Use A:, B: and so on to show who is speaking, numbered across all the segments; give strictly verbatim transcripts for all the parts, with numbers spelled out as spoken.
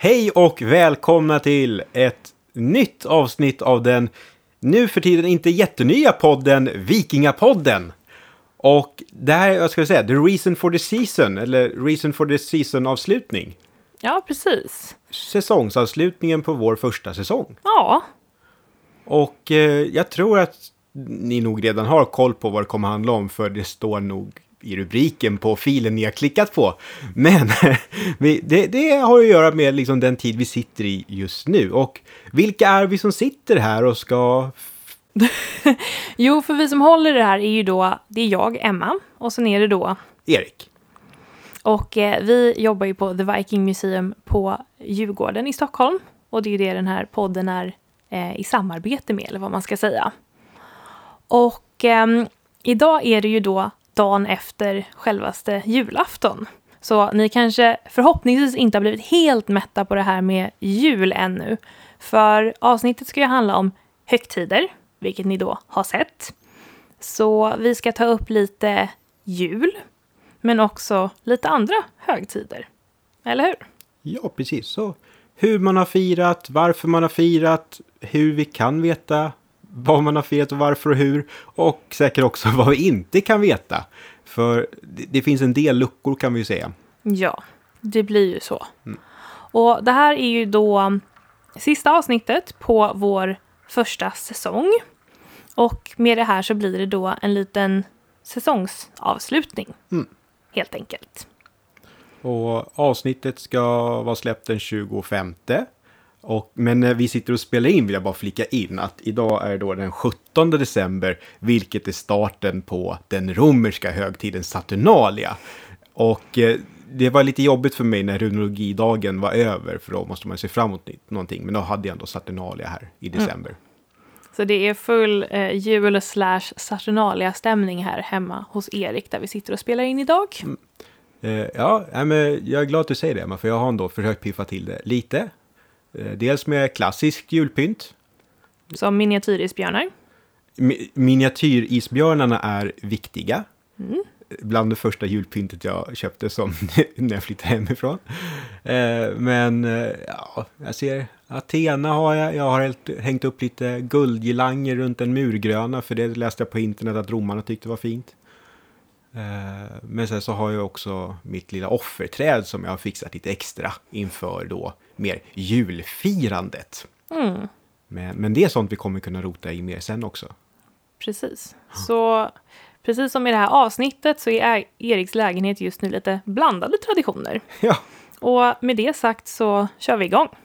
A: Hej och välkomna till ett nytt avsnitt av den nu för tiden inte jättenya podden Vikingapodden. Och det här, vad ska jag säga, the reason for the season, eller reason for the season-avslutning.
B: Ja, precis.
A: Säsongsavslutningen på vår första säsong.
B: Ja.
A: Och eh, jag tror att ni nog redan har koll på vad det kommer handla om, för det står nog i rubriken på filen ni har klickat på. Men vi, det, det har att göra med liksom den tid vi sitter i just nu. Och vilka är vi som sitter här och ska...
B: Jo, för vi som håller det här är ju då, det är jag, Emma, och sen är det då...
A: Erik.
B: Och eh, vi jobbar ju på The Viking Museum på Djurgården i Stockholm. Och det är ju det den här podden är eh, i samarbete med, eller vad man ska säga. Och eh, idag är det ju då dagen efter självaste julafton. Så ni kanske förhoppningsvis inte har blivit helt mätta på det här med jul ännu. För avsnittet ska ju handla om högtider, vilket ni då har sett. Så vi ska ta upp lite jul, men också lite andra högtider. Eller hur?
A: Ja, precis. Så hur man har firat, varför man har firat, hur vi kan veta vad man har firat och varför och hur. Och säkert också vad vi inte kan veta. För det, det finns en del luckor, kan vi ju säga.
B: Ja, det blir ju så. Mm. Och det här är ju då sista avsnittet på vår första säsong. Och med det här så blir det då en liten säsongsavslutning. Mm. Helt enkelt.
A: Och avsnittet ska vara släppt den tjugofemte. Och, men när vi sitter och spelar in vill jag bara flika in att idag är då den sjuttonde december, vilket är starten på den romerska högtiden Saturnalia. Och eh, det var lite jobbigt för mig när runologidagen var över, för då måste man se fram emot någonting. Men då hade jag ändå Saturnalia här i december. Mm.
B: Så det är full eh, jul slash Saturnalia-stämning här hemma hos Erik där vi sitter och spelar in idag.
A: Mm. Eh, ja, men jag är glad att du säger det, Emma, för jag har ändå försökt piffa till det lite. Dels med klassisk julpynt.
B: Som miniatyrisbjörnar.
A: Mi- miniatyrisbjörnarna är viktiga. Mm. Bland det första julpyntet jag köpte som när jag flyttade hemifrån. Eh, men eh, ja, jag ser Athena har jag. Jag har helt, hängt upp lite guldgirlanger runt en murgröna. För det läste jag på internet att romarna tyckte var fint. Eh, men sen så har jag också mitt lilla offerträd som jag har fixat lite extra inför då mer julfirandet. Mm. Men, men det är sånt vi kommer kunna rota i mer sen också.
B: Precis. Så precis som i det här avsnittet så är Eriks lägenhet just nu lite blandade traditioner.
A: Ja.
B: Och med det sagt så kör vi igång.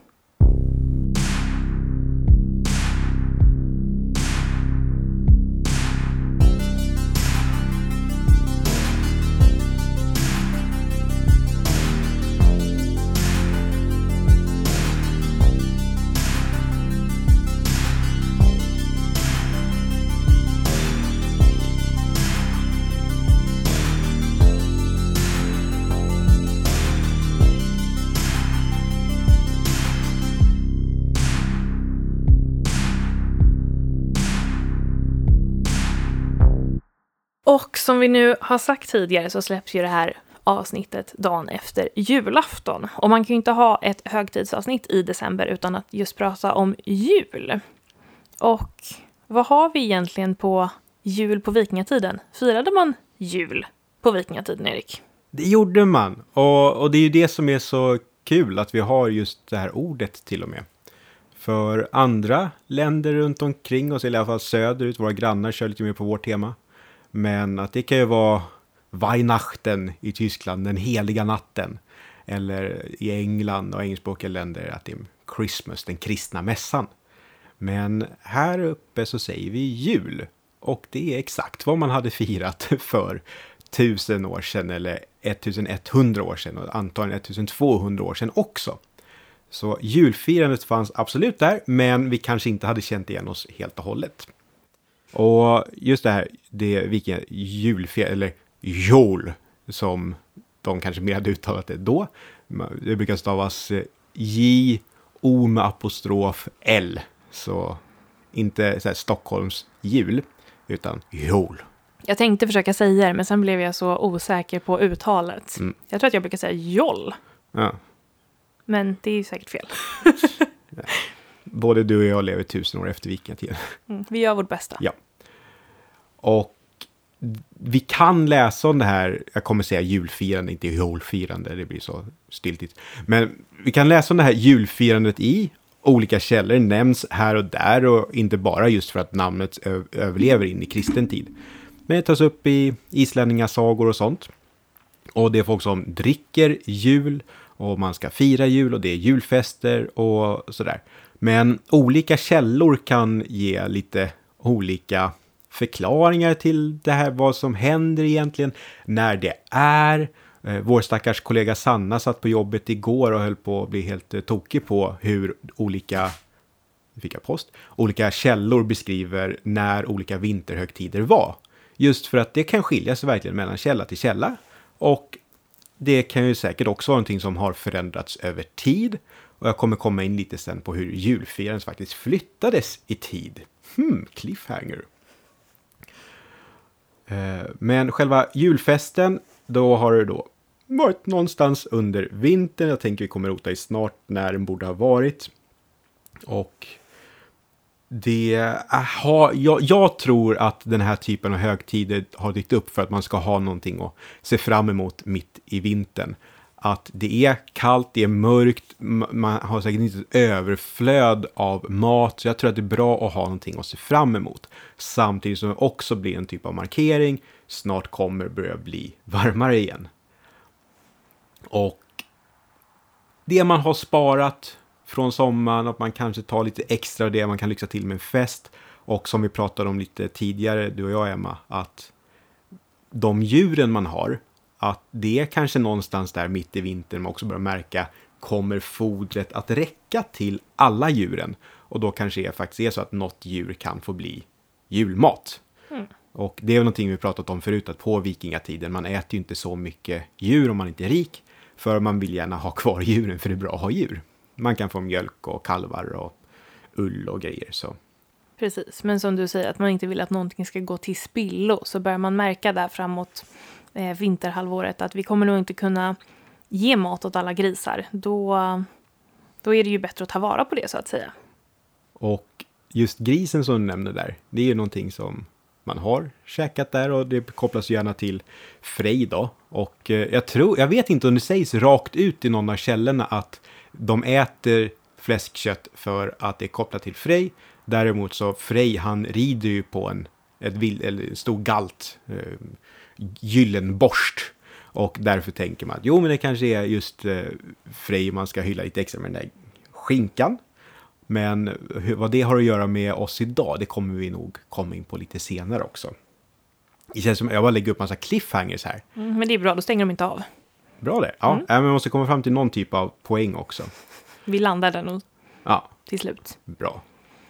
B: Och som vi nu har sagt tidigare så släpps ju det här avsnittet dagen efter julafton. Och man kan ju inte ha ett högtidsavsnitt i december utan att just prata om jul. Och vad har vi egentligen på jul på vikingatiden? Firade man jul på vikingatiden, Erik?
A: Det gjorde man. Och, och det är ju det som är så kul att vi har just det här ordet till och med. För andra länder runt omkring oss, i alla fall söderut, våra grannar kör lite mer på vårt tema. Men att det kan ju vara Weihnachten i Tyskland, den heliga natten. Eller i England och engelskspråkiga länder att det är Christmas, den kristna mässan. Men här uppe så säger vi jul. Och det är exakt vad man hade firat för tusen år sedan eller ettusenetthundra år sedan. Och antagligen ettusentvåhundra år sedan också. Så julfirandet fanns absolut där, men vi kanske inte hade känt igen oss helt och hållet. Och just det här, det vilken julfir eller jol som de kanske mer hade uttalat det då. Det brukar stavas J O med apostrof L. Så inte så här Stockholms jul, utan jol.
B: Jag tänkte försöka säga det, men sen blev jag så osäker på uttalet. Mm. Jag tror att jag brukar säga joll.
A: Ja.
B: Men det är ju säkert fel.
A: Både du och jag lever tusen år efter vikingatiden.
B: Mm, vi gör vårt bästa.
A: Ja. Och vi kan läsa om det här, jag kommer säga julfirande, inte julfirande, det blir så stiltigt. Men vi kan läsa om det här julfirandet i olika källor, nämns här och där och inte bara just för att namnet ö- överlever in i kristen tid. Men det tas upp i islänningasagor och sånt. Och det är folk som dricker jul och man ska fira jul och det är julfester och sådär. Men olika källor kan ge lite olika förklaringar till det här, vad som händer egentligen, när det är. Eh, vår stackars kollega Sanna satt på jobbet igår och höll på att bli helt eh, tokig på hur olika, fick jag post, olika källor beskriver när olika vinterhögtider var. Just för att det kan skilja sig verkligen mellan källa till källa. Och det kan ju säkert också vara någonting som har förändrats över tid. Och jag kommer komma in lite sen på hur julfirandet faktiskt flyttades i tid. Hmm, cliffhanger. Men själva julfesten, då har det då varit någonstans under vintern. Jag tänker vi kommer rota i snart när den borde ha varit. Och det, aha, jag, jag tror att den här typen av högtider har dykt upp för att man ska ha någonting att se fram emot mitt i vintern. Att det är kallt, det är mörkt, man har säkert inte ett överflöd av mat. Så jag tror att det är bra att ha någonting att se fram emot. Samtidigt som det också blir en typ av markering. Snart kommer det börja bli varmare igen. Och det man har sparat från sommaren, att man kanske tar lite extra av det, man kan lyxa till med en fest. Och som vi pratade om lite tidigare, du och jag Emma, att de djuren man har, att det är kanske någonstans där mitt i vintern man också börjar märka, kommer fodret att räcka till alla djuren? Och då kanske det faktiskt är så att något djur kan få bli julmat. Mm. Och det är någonting vi pratat om förut, att på vikingatiden, man äter ju inte så mycket djur om man inte är rik. För man vill gärna ha kvar djuren, för det är bra att ha djur. Man kan få mjölk och kalvar och ull och grejer. Så.
B: Precis, men som du säger, att man inte vill att någonting ska gå till spillo, så börjar man märka där framåt eh, vinterhalvåret att vi kommer nog inte kunna ge mat åt alla grisar. Då, då är det ju bättre att ta vara på det, så att säga.
A: Och just grisen som du nämnde där, det är ju någonting som man har käkat där, och det kopplas gärna till Frej då. Och eh, jag tror, jag vet inte om det sägs rakt ut i någon av källorna att de äter fläskkött för att det är kopplat till Frej. Däremot så Frej, han rider ju på en ett vill, eller en stor galt, eh, gyllenborst. Och därför tänker man att jo, men det kanske är just eh, Frej man ska hylla lite extra med den där skinkan. Men hur, vad det har att göra med oss idag, det kommer vi nog komma in på lite senare också. Det känns som jag bara lägger upp massa cliffhangers här.
B: Mm, men det är bra, då stänger de inte av.
A: Bra det. Ja, mm. Men man måste komma fram till någon typ av poäng också.
B: Vi landar där nog
A: ja.
B: till slut.
A: Bra.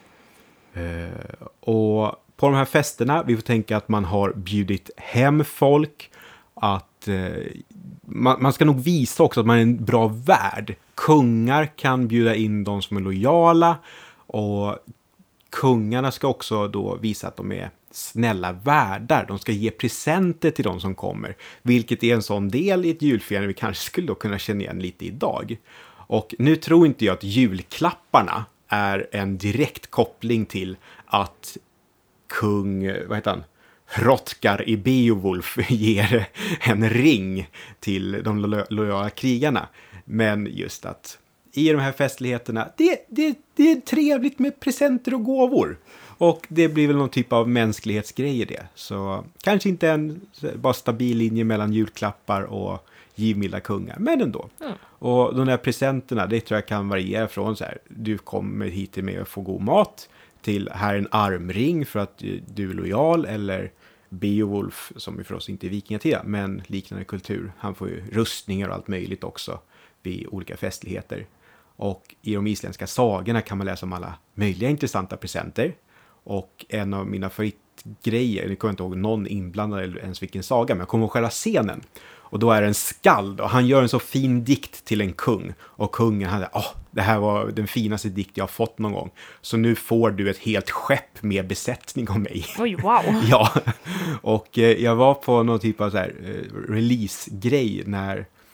A: Uh, och på de här festerna, vi får tänka att man har bjudit hem folk. Att uh, man, man ska nog visa också att man är en bra värd. Kungar kan bjuda in de som är lojala. Och kungarna ska också då visa att de är snälla värdar. De ska ge presenter till de som kommer. Vilket är en sån del i ett julfirande vi kanske skulle då kunna känna igen lite idag. Och nu tror inte jag att julklapparna är en direkt koppling till att kung, vad heter han? Hrothgar i Beowulf ger en ring till de lo- lojala krigarna. Men just att i de här festligheterna, det, det, det är trevligt med presenter och gåvor. Och det blir väl någon typ av mänsklighetsgrej i det. Så kanske inte en bara stabil linje mellan julklappar och givmilda kungar, men ändå. Mm. Och de där presenterna, det tror jag kan variera från så här, du kommer hit till mig och får god mat, till här en armring för att du är lojal, eller Beowulf, som är för oss inte är vikingatida, men liknande kultur. Han får ju rustningar och allt möjligt också vid olika festligheter. Och i de isländska sagorna kan man läsa om alla möjliga intressanta presenter. Och en av mina favoritgrejer, jag kommer inte ihåg någon inblandad eller ens vilken saga, men jag kommer ihåg själva scenen. Och då är det en skald och han gör en så fin dikt till en kung. Och kungen hade, åh, det här var den finaste dikt jag har fått någon gång. Så nu får du ett helt skepp med besättning av mig.
B: Oj, wow.
A: Ja, och eh, jag var på någon typ av så här, eh, release-grej när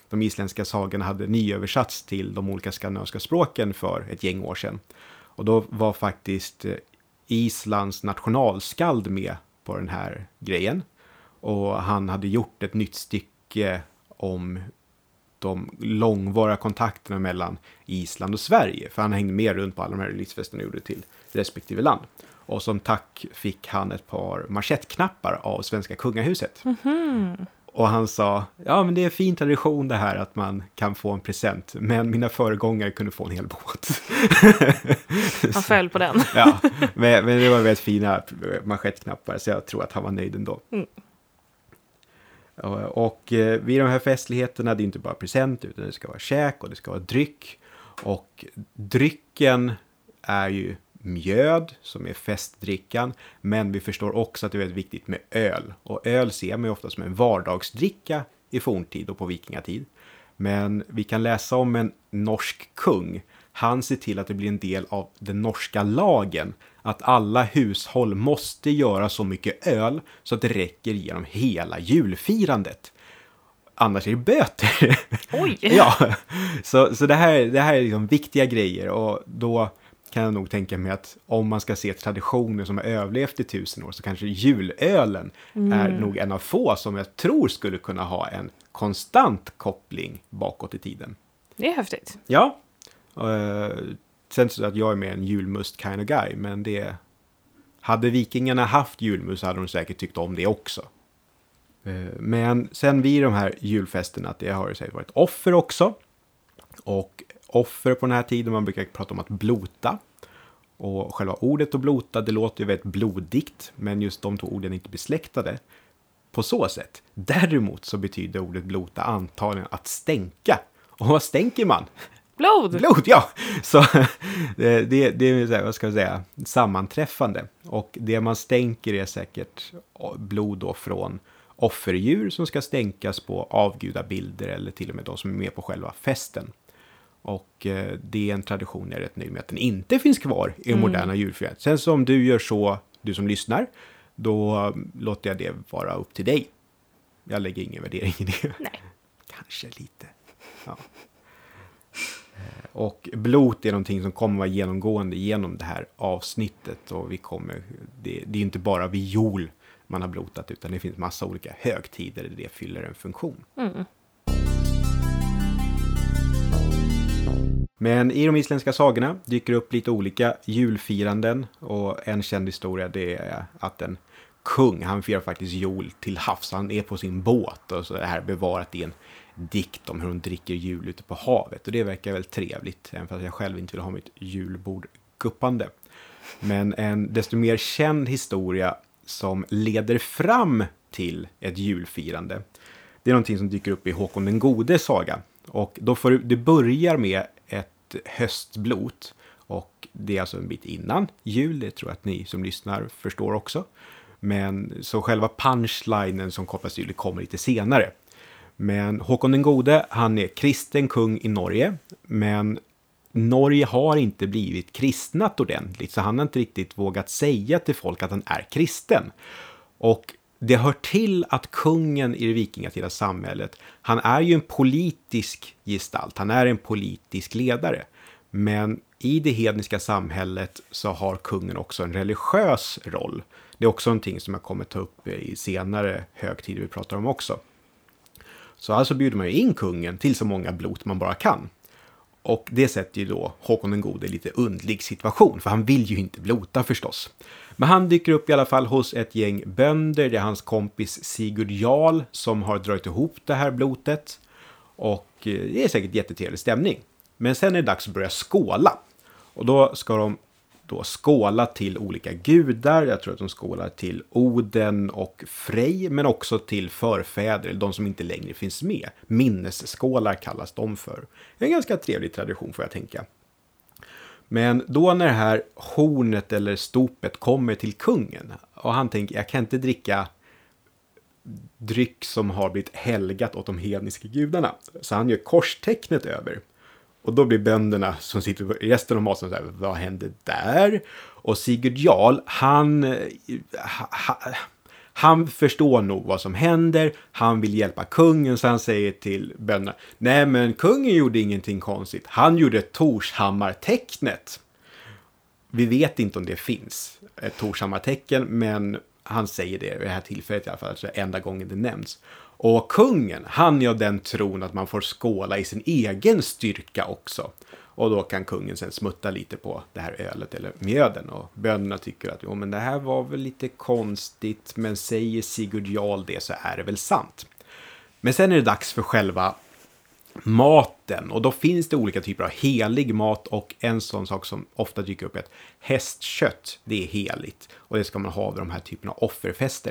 A: de isländska sagorna hade nyöversatts till de olika skandinaviska språken för ett gäng år sedan. Och då var faktiskt Islands nationalskald med på den här grejen. Och han hade gjort ett nytt stycke om de långvariga kontakterna mellan Island och Sverige. För han hängde med runt på alla de här releasefesterna och gjorde till respektive land. Och som tack fick han ett par manschettknappar av svenska kungahuset. Mm-hmm. Och han sa, ja men det är en fin tradition det här att man kan få en present. Men mina föregångare kunde få en hel båt.
B: Han föll på den.
A: Ja, men, men det var väldigt fina manschettknappar så jag tror att han var nöjd ändå. Mm. Och, och vid de här festligheterna det är inte bara present utan det ska vara käk och det ska vara dryck. Och drycken är ju mjöd som är festdrickan, men vi förstår också att det är väldigt viktigt med öl. Och öl ser man ju ofta som en vardagsdricka i forntid och på vikingatid. Men vi kan läsa om en norsk kung. Han ser till att det blir en del av den norska lagen. Att alla hushåll måste göra så mycket öl så att det räcker genom hela julfirandet. Annars är det böter.
B: Oj!
A: Ja, så, så det, här, det här är liksom viktiga grejer och då kan jag nog tänka mig att om man ska se traditioner som har överlevt i tusen år så kanske julölen mm. är nog en av få som jag tror skulle kunna ha en konstant koppling bakåt i tiden.
B: Det är häftigt.
A: Ja. Uh, sen så att jag är med en julmust kind of guy, men det hade vikingarna haft julmust så hade de säkert tyckt om det också. Uh, men sen vid de här julfesterna att det har säkert varit offer också. Och offer på den här tiden, man brukar prata om att blota. Och själva ordet att blota, det låter ju väldigt blodigt, men just de två orden är inte besläktade på så sätt. Däremot så betyder ordet blota antagligen att stänka. Och vad stänker man?
B: Blod!
A: Blod, ja! Så det, det, det är, vad ska jag säga, sammanträffande. Och det man stänker är säkert blod då från offerdjur som ska stänkas på avgudabilder eller till och med de som är med på själva festen. Och eh, det är en tradition jag är rätt nöjd med att den inte finns kvar i mm. moderna julfirandet. Sen så om du gör så, du som lyssnar, då låter jag det vara upp till dig. Jag lägger ingen värdering i det.
B: Nej.
A: Kanske lite. Ja. Och blot är någonting som kommer vara genomgående genom det här avsnittet. Och vi kommer, det, det är inte bara vid jul man har blotat utan det finns massa olika högtider där det fyller en funktion. Mm. Men i de isländska sagorna dyker upp lite olika julfiranden och en känd historia det är att en kung, han firar faktiskt jul till havs. Han är på sin båt och så är det här bevarat i en dikt om hur hon dricker jul ute på havet. Och det verkar väl trevligt, även fast jag själv inte vill ha mitt julbord guppande. Men en desto mer känd historia som leder fram till ett julfirande. Det är någonting som dyker upp i Håkon den gode saga. Och då får det börjar med ett höstblot. Och det är alltså en bit innan jul, det tror jag att ni som lyssnar förstår också. Men så själva punchlinen som kopplas till det kommer lite senare. Men Håkon den gode, han är kristen kung i Norge. Men Norge har inte blivit kristnat ordentligt. Så han har inte riktigt vågat säga till folk att han är kristen. Och det hör till att kungen i det vikingatida samhället, han är ju en politisk gestalt. Han är en politisk ledare. Men i det hedniska samhället så har kungen också en religiös roll. Det är också någonting som jag kommer ta upp i senare högtider vi pratar om också. Så alltså bjuder man ju in kungen till så många blot man bara kan. Och det sätter ju då Håkon den gode i lite undlig situation. För han vill ju inte blota förstås. Men han dyker upp i alla fall hos ett gäng bönder. Det är hans kompis Sigurd Jarl som har dragit ihop det här blotet. Och det är säkert jättetrevlig stämning. Men sen är det dags att börja skåla. Och då ska de då skåla till olika gudar. Jag tror att de skålar till Oden och Frej. Men också till förfäder, de som inte längre finns med. Minnesskålar kallas de för. Det är en ganska trevlig tradition får jag tänka. Men då när det här hornet eller stopet kommer till kungen. Och han tänker, jag kan inte dricka dryck som har blivit helgat åt de hedniska gudarna. Så han gör korstecknet över. Och då blir bönderna som sitter på resten av maten så här, vad hände där? Och Sigurd Jarl, han, Han förstår nog vad som händer. Han vill hjälpa kungen, så han säger till bönderna: nej, men kungen gjorde ingenting konstigt. Han gjorde Torshammartecknet. Vi vet inte om det finns ett Torshammartecken, men han säger det i det här tillfället i alla fall, alltså enda gången det nämns. Och kungen, han är av den tron att man får skåla i sin egen styrka också. Och då kan kungen sen smutta lite på det här ölet eller mjöden. Och bönderna tycker att jo, men det här var väl lite konstigt, men säger Sigurd Jarl det så är det väl sant. Men sen är det dags för själva maten. Och då finns det olika typer av helig mat, och en sån sak som ofta dyker upp är att hästkött, det är heligt. Och det ska man ha vid de här typerna av offerfester.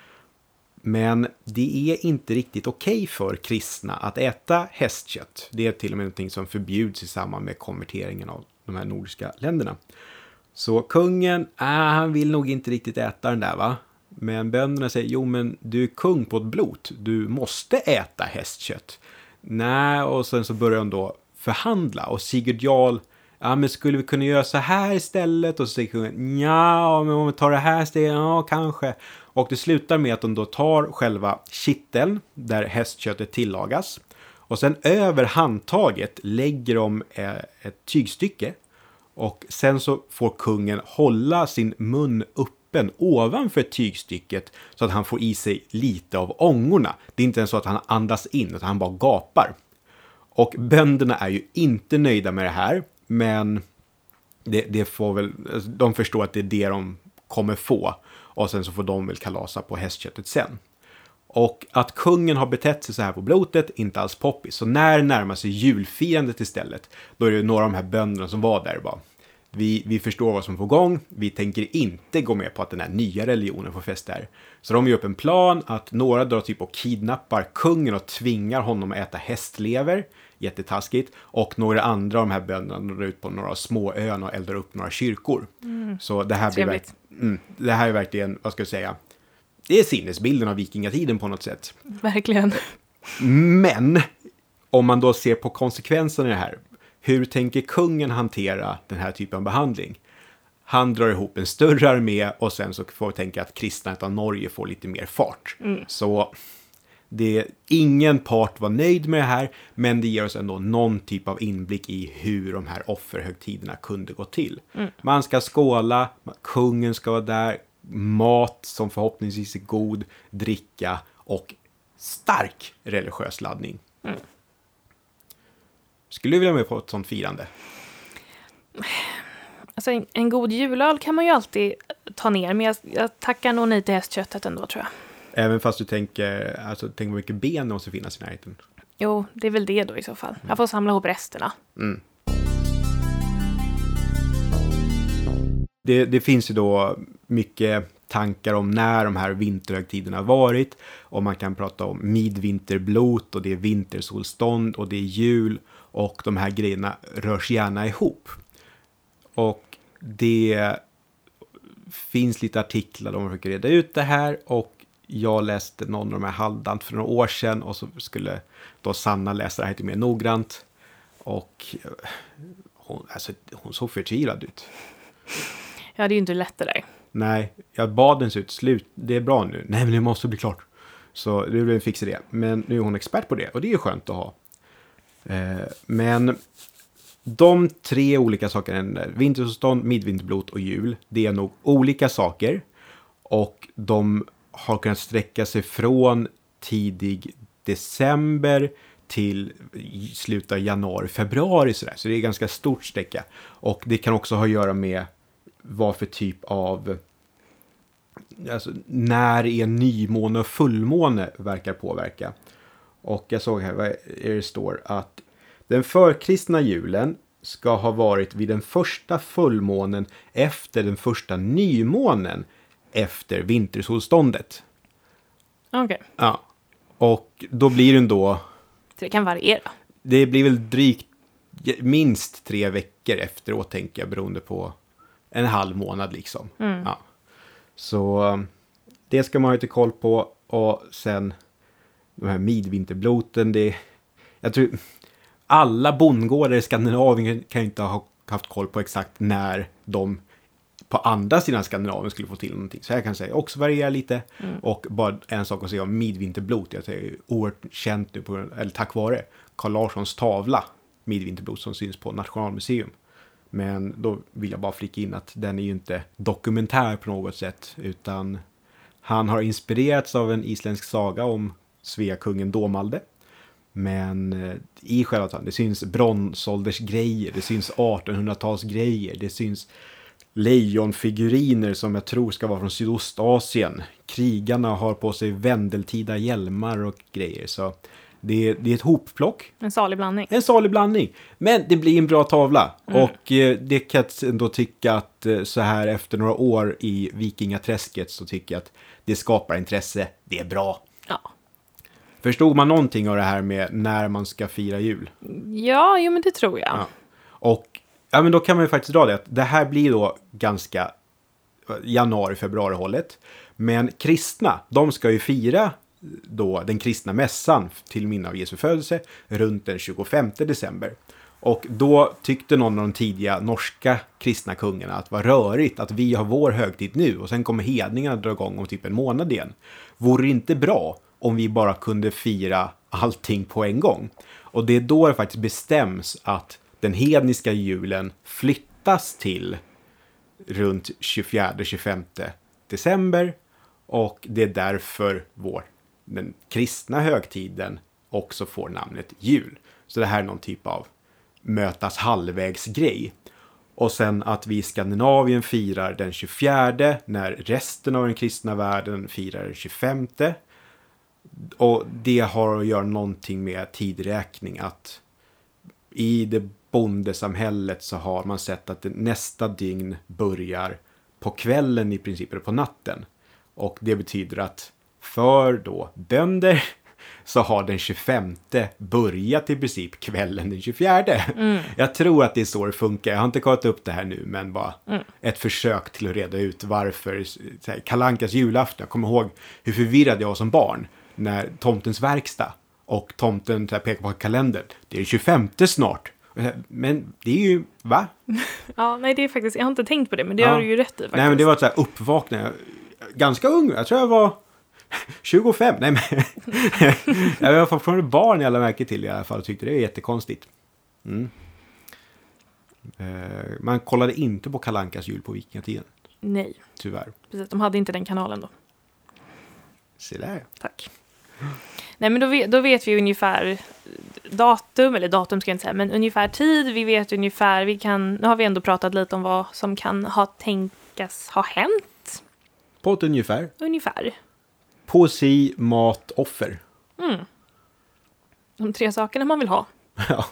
A: Men det är inte riktigt okej för kristna att äta hästkött. Det är till och med någonting som förbjuds i samband med konverteringen av de här nordiska länderna. Så kungen, äh, han vill nog inte riktigt äta den där, va? Men bönderna säger, jo men du är kung på ett blot. Du måste äta hästkött. Nej, och sen så börjar de då förhandla. Och Sigurd Jarl, ja men skulle vi kunna göra så här istället? Och så säger kungen, ja men om vi tar det här steget, ja kanske. Och det slutar med att de då tar själva kitteln där hästköttet tillagas. Och sen över handtaget lägger de ett tygstycke. Och sen så får kungen hålla sin mun öppen ovanför tygstycket så att han får i sig lite av ångorna. Det är inte ens så att han andas in, utan han bara gapar. Och bönderna är ju inte nöjda med det här, men det, det får väl, de förstår att det är det de kommer få. Och sen så får de väl kalasa på hästköttet sen. Och att kungen har betett sig så här på blotet, inte alls poppis. Så när det närmar sig julfirandet istället, då är det några av de här bönderna som var där bara. Vi, vi förstår vad som får gång. Vi tänker inte gå med på att den här nya religionen får fästa här. Så de gör upp en plan att några drar typ och kidnappar kungen och tvingar honom att äta hästlever. Jättetaskigt. Och några andra av de här bönderna drar ut på några små ön och eldar upp några kyrkor. Mm. Så det här, blir verk- mm, det här är verkligen, vad ska jag säga, det är sinnesbilden av vikingatiden på något sätt.
B: Verkligen.
A: Men om man då ser på konsekvenserna i det här. Hur tänker kungen hantera den här typen av behandling? Han drar ihop en större armé och sen så får vi tänka att kristna av Norge får lite mer fart. Mm. Så det, ingen part var nöjd med det här, men det ger oss ändå någon typ av inblick i hur de här offerhögtiderna kunde gå till. Mm. Man ska skåla, kungen ska vara där, mat som förhoppningsvis är god, dricka och stark religiös laddning. Mm. Skulle du vilja med på ett sånt firande?
B: Alltså en, en god julöl kan man ju alltid ta ner, men jag, jag tackar nog nej till hästköttet ändå, tror jag.
A: Även fast du tänker, alltså, tänk hur mycket ben måste finnas i närheten.
B: Jo, det är väl det då i så fall. Mm. Jag får samla ihop resterna. Mm.
A: Det, det finns ju då mycket tankar om när de här vinterhögtiderna har varit. Och man kan prata om midvinterblot och det är vintersolstånd och det är jul. Och de här grejerna rörs gärna ihop. Och det finns lite artiklar där man försöker reda ut det här. Och jag läste någon av de här halvdant för några år sedan. Och så skulle då Sanna läsa det här lite mer noggrant. Och hon, alltså, hon såg förtvivlad ut.
B: Ja, det är ju inte lätt det där.
A: Nej, jag bad den ut slut. Det är bra nu. Nej, men det måste bli klart. Så nu vill vi fixa det. Men nu är hon expert på det. Och det är ju skönt att ha. Eh, men de tre olika sakerna, vintersolstånd, midvinterblot och jul, det är nog olika saker. Och de har kunnat sträcka sig från tidig december till slutet av januari, februari sådär. Så det är ganska stort sträcka. Och det kan också ha att göra med vad för typ av, alltså när är nymåne och fullmåne verkar påverka. Och jag såg här vad det står att den förkristna julen ska ha varit vid den första fullmånen efter den första nymånen efter vintersolståndet.
B: Okej. Okay.
A: Ja. Och då blir den då...
B: Så det kan variera.
A: Det blir väl drygt minst tre veckor efteråt, tänker jag, beroende på en halv månad liksom. Mm. Ja. Så det ska man ha lite koll på. Och sen de här midvinterbloten, det jag tror alla bondgårdar i Skandinavien kan inte ha haft koll på exakt när de på andra sidan Skandinavien skulle få till någonting. Så här kan jag säga också variera lite. Mm. Och bara en sak att säga om Midvinterblot. Jag säger oerhört känt nu, på, eller tack vare Carl Larssons tavla Midvinterblot som syns på Nationalmuseum. Men då vill jag bara flika in att den är ju inte dokumentär på något sätt, utan han har inspirerats av en isländsk saga om Sveakungen Domalde. Men eh, i själva taget, det syns bronsåldersgrejer, det syns artonhundratalsgrejer, det syns lejonfiguriner som jag tror ska vara från Sydostasien. Krigarna har på sig vändeltida hjälmar och grejer, så det är, det är ett hopplock.
B: En salig blandning.
A: En salig blandning. Men det blir en bra tavla. Mm. Och eh, det kan jag ändå tycka att eh, så här efter några år i Vikingaträsket så tycker jag att det skapar intresse. Det är bra.
B: Ja.
A: Förstod man någonting av det här med när man ska fira jul?
B: Ja, jo men det tror jag.
A: Ja. Och ja, men då kan man ju faktiskt dra det att det här blir då ganska januari-februari hållet. Men kristna, de ska ju fira då den kristna mässan till minne av Jesu födelse runt den tjugofemte december. Och då tyckte någon av de tidiga norska kristna kungarna att det var rörigt att vi har vår högtid nu och sen kommer hedningarna dra igång om typ en månad igen. Vore det inte bra om vi bara kunde fira allting på en gång? Och det är då det faktiskt bestäms att den hedniska julen flyttas till runt tjugofjärde till tjugofemte december och det är därför vår den kristna högtiden också får namnet jul. Så det här är någon typ av mötas halvvägs grej. Och sen att vi i Skandinavien firar den tjugofjärde när resten av den kristna världen firar den tjugofemte. Och det har att göra någonting med tidräkning, att i det bondesamhället så har man sett att nästa dygn börjar på kvällen i princip, eller på natten. Och det betyder att för då bönder så har den tjugofemte börjat i princip kvällen den tjugofjärde. Mm. Jag tror att det är så det funkar. Jag har inte kollat upp det här nu, men bara mm. ett försök till att reda ut varför Kalle Ankas julafton. Jag kommer ihåg hur förvirrad jag var som barn när tomtens verkstad och tomten pekar på kalendern. Det är den tjugofemte snart. Men det är ju, va?
B: Ja, nej det är faktiskt, jag har inte tänkt på det, men det ja. har du ju rätt i faktiskt.
A: Nej, men det var ett så här uppvaknande. Ganska ung, jag tror jag var tjugofem. Nej, men jag var fortfarande barn i alla märke till i alla fall och tyckte det var jättekonstigt. Mm. Man kollade inte på Kalle Ankas jul på vikingatiden.
B: Nej.
A: Tyvärr.
B: Precis, de hade inte den kanalen då.
A: Se där.
B: Tack. Nej, men då vet, då vet vi ungefär datum, eller datum ska jag inte säga, men ungefär tid. Vi vet ungefär, vi kan, nu har vi ändå pratat lite om vad som kan ha tänkas ha hänt.
A: På ett ungefär.
B: Ungefär.
A: Poesi, mat, offer.
B: Mm. De tre sakerna man vill ha.
A: Ja.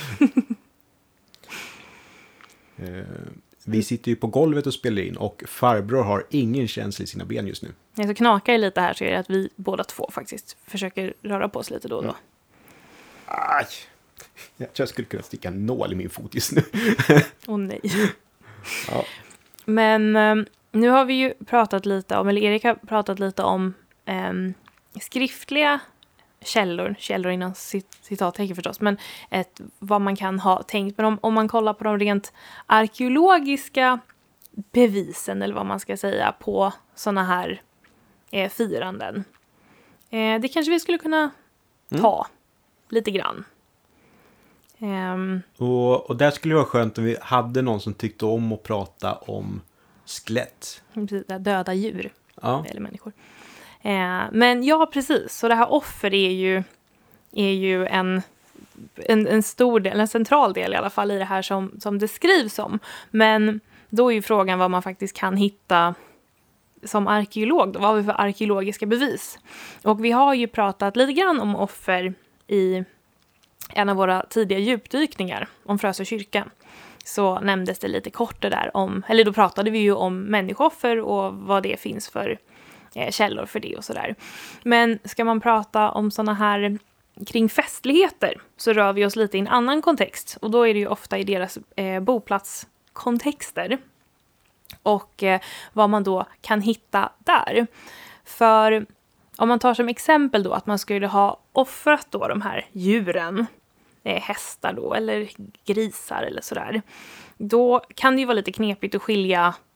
A: eh, vi sitter ju på golvet och spelar in och farbror har ingen känsla i sina ben just nu.
B: Jag så knakar lite här så är det att vi båda två faktiskt försöker röra på oss lite då och då. Mm.
A: Aj. Jag tror jag skulle kunna sticka en nål i min fot just nu.
B: Åh oh, nej.
A: Ja.
B: Men um, nu har vi ju pratat lite om, eller Erik har pratat lite om um, skriftliga källor, källor inom cit- citattecken förstås, men ett, vad man kan ha tänkt. Men om, om man kollar på de rent arkeologiska bevisen, eller vad man ska säga, på såna här eh, firanden. Eh, det kanske vi skulle kunna ta mm. lite grann. Um,
A: och, och där skulle det vara skönt om vi hade någon som tyckte om att prata om skelett.
B: Precis, döda djur.
A: Ja.
B: Eller människor. Eh, men ja, precis. Så det här offer är ju, är ju en, en, en stor del, en central del i alla fall i det här som, som det skrivs om. Men då är ju frågan vad man faktiskt kan hitta som arkeolog. Då. Vad har vi för arkeologiska bevis? Och vi har ju pratat lite grann om offer i en av våra tidiga djupdykningar om Frösö kyrka. Så nämndes det lite kort det där om, eller då pratade vi ju om människooffer och vad det finns för eh, källor för det och sådär. Men ska man prata om såna här kring festligheter så rör vi oss lite i en annan kontext. Och då är det ju ofta i deras eh, boplatskontexter. Och eh, vad man då kan hitta där. För om man tar som exempel då att man skulle ha offrat då de här djuren, eh, hästar då eller grisar eller sådär. Då kan det ju vara lite knepigt att skilja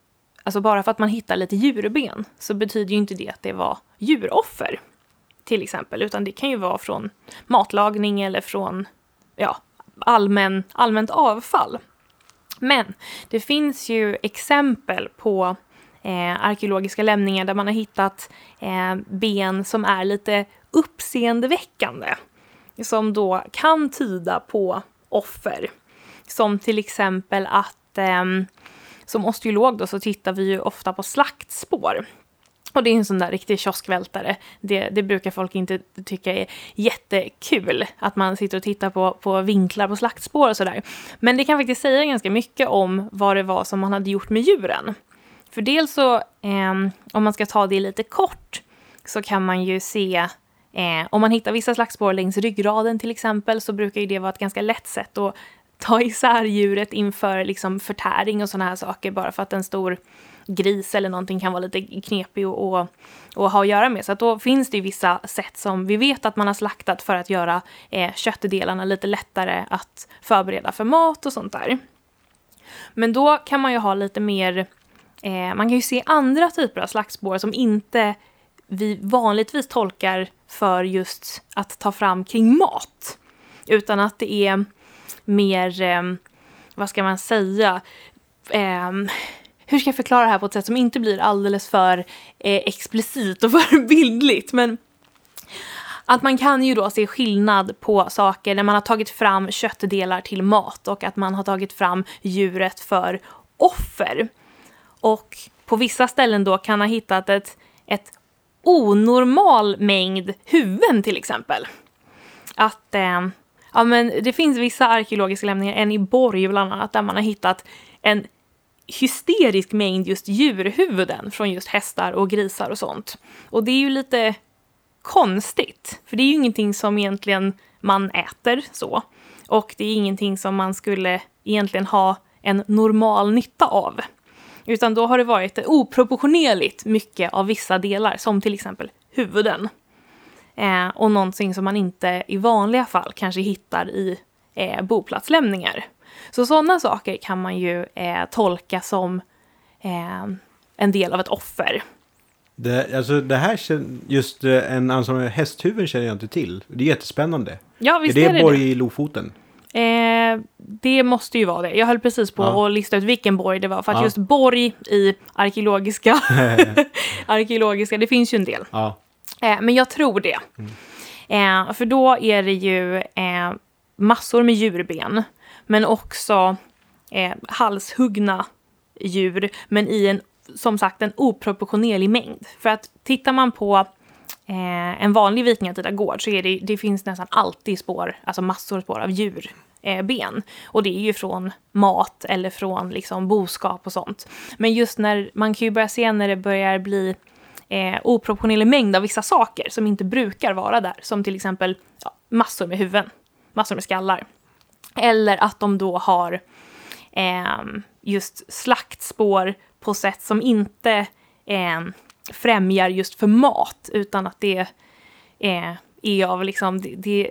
B: alltså bara för att man hittar lite djurben så betyder ju inte det att det var djuroffer till exempel, utan det kan ju vara från matlagning eller från ja, allmän, allmänt avfall. Men det finns ju exempel på eh, arkeologiska lämningar där man har hittat eh, ben som är lite uppseendeväckande, som då kan tyda på offer. Som till exempel att eh, som osteolog då så tittar vi ju ofta på slaktspår. Och det är en sån där riktig kioskvältare. Det, det brukar folk inte tycka är jättekul. Att man sitter och tittar på, på vinklar på slaktspår och sådär. Men det kan faktiskt säga ganska mycket om vad det var som man hade gjort med djuren. För dels så, eh, om man ska ta det lite kort, så kan man ju se, eh, om man hittar vissa slaktspår längs ryggraden till exempel, så brukar ju det vara ett ganska lätt sätt att ta isär djuret inför liksom förtäring och såna här saker, bara för att en stor gris eller någonting kan vara lite knepig och, och, och ha att göra med. Så att då finns det ju vissa sätt som vi vet att man har slaktat för att göra eh, köttdelarna lite lättare att förbereda för mat och sånt där. Men då kan man ju ha lite mer, eh, man kan ju se andra typer av slaktspår som inte vi vanligtvis tolkar för just att ta fram kring mat. Utan att det är mer, eh, vad ska man säga, eh, hur ska jag förklara det här på ett sätt som inte blir alldeles för eh, explicit och för bildligt. Men att man kan ju då se skillnad på saker när man har tagit fram köttdelar till mat och att man har tagit fram djuret för offer. Och på vissa ställen då kan ha hittat ett, ett onormal mängd huvuden till exempel. Att eh, ja, men det finns vissa arkeologiska lämningar, en i Borg bland annat, där man har hittat en hysterisk mängd just djurhuvuden från just hästar och grisar och sånt. Och det är ju lite konstigt, för det är ju ingenting som egentligen man äter så. Och det är ingenting som man skulle egentligen ha en normal nytta av. Utan då har det varit oproportionerligt mycket av vissa delar, som till exempel huvuden. Eh, och någonting som man inte i vanliga fall kanske hittar i eh, boplatslämningar. Så sådana saker kan man ju eh, tolka som eh, en del av ett offer.
A: Det, alltså det här, just en ansvarig hästhuvud känner jag inte till. Det är jättespännande.
B: Ja, visst
A: är det.
B: Är det
A: borg
B: det?
A: I Lofoten?
B: Eh, det måste ju vara det. Jag höll precis på ja. att lista ut vilken borg det var. För att ja. just borg i arkeologiska, arkeologiska, det finns ju en del.
A: Ja.
B: Eh, men jag tror det. Mm. Eh, för då är det ju eh, massor med djurben. Men också eh, halshuggna djur. Men i en, som sagt, en oproportionerlig mängd. För att tittar man på eh, en vanlig vikingatida gård så är det, det finns nästan alltid spår, alltså massor spår av djurben. Eh, och det är ju från mat eller från liksom boskap och sånt. Men just när man kan ju börja se när det börjar bli eh, oproportionerlig mängd av vissa saker som inte brukar vara där. Som till exempel ja, massor med huvuden, massor med skallar. Eller att de då har eh, just slaktspår på sätt som inte eh, främjar just för mat. Utan att det eh, är av liksom, det, det,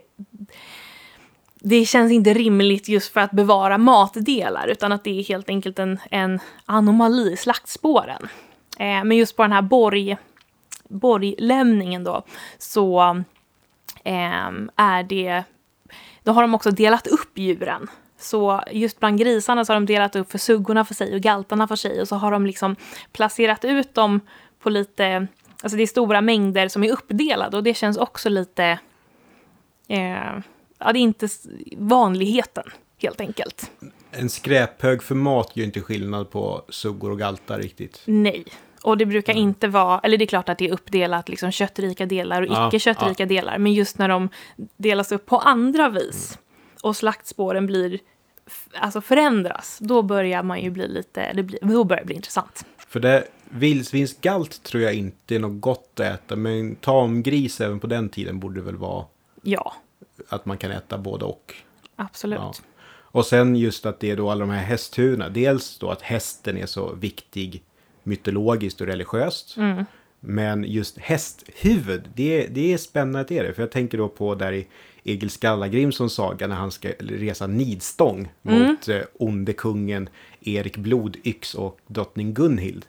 B: det känns inte rimligt just för att bevara matdelar. Utan att det är helt enkelt en, en anomali i slaktspåren. Eh, men just på den här borg, borglämningen då så eh, är det... Då har de också delat upp djuren. Så just bland grisarna så har de delat upp för suggorna för sig och galtarna för sig. Och så har de liksom placerat ut dem på lite... Alltså det är stora mängder som är uppdelade. Och det känns också lite... Eh, ja, det är inte vanligheten, helt enkelt.
A: En skräphög för mat gör inte skillnad på suggor och galtar riktigt.
B: Nej. Och det brukar mm. inte vara, eller det är klart att det är uppdelat liksom köttrika delar och
A: ja,
B: icke-köttrika ja. delar. Men just när de delas upp på andra vis mm. och slaktspåren blir, alltså förändras, då börjar man ju bli lite, det blir, då börjar det bli intressant.
A: För det, vildsvinsgalt tror jag inte är något gott att äta, men tamgris även på den tiden borde väl vara
B: ja.
A: att man kan äta både och.
B: Absolut.
A: Ja. Och sen just att det är då alla de här hästhuvudena, dels då att hästen är så viktig mytologiskt och religiöst. Mm. Men just hästhuvud, det, det är spännande att det är det. För jag tänker då på där i Egil Skallagrimsons saga när han ska resa nidstång mm. mot eh, onde kungen Erik Blodyx och drottning Gunhild.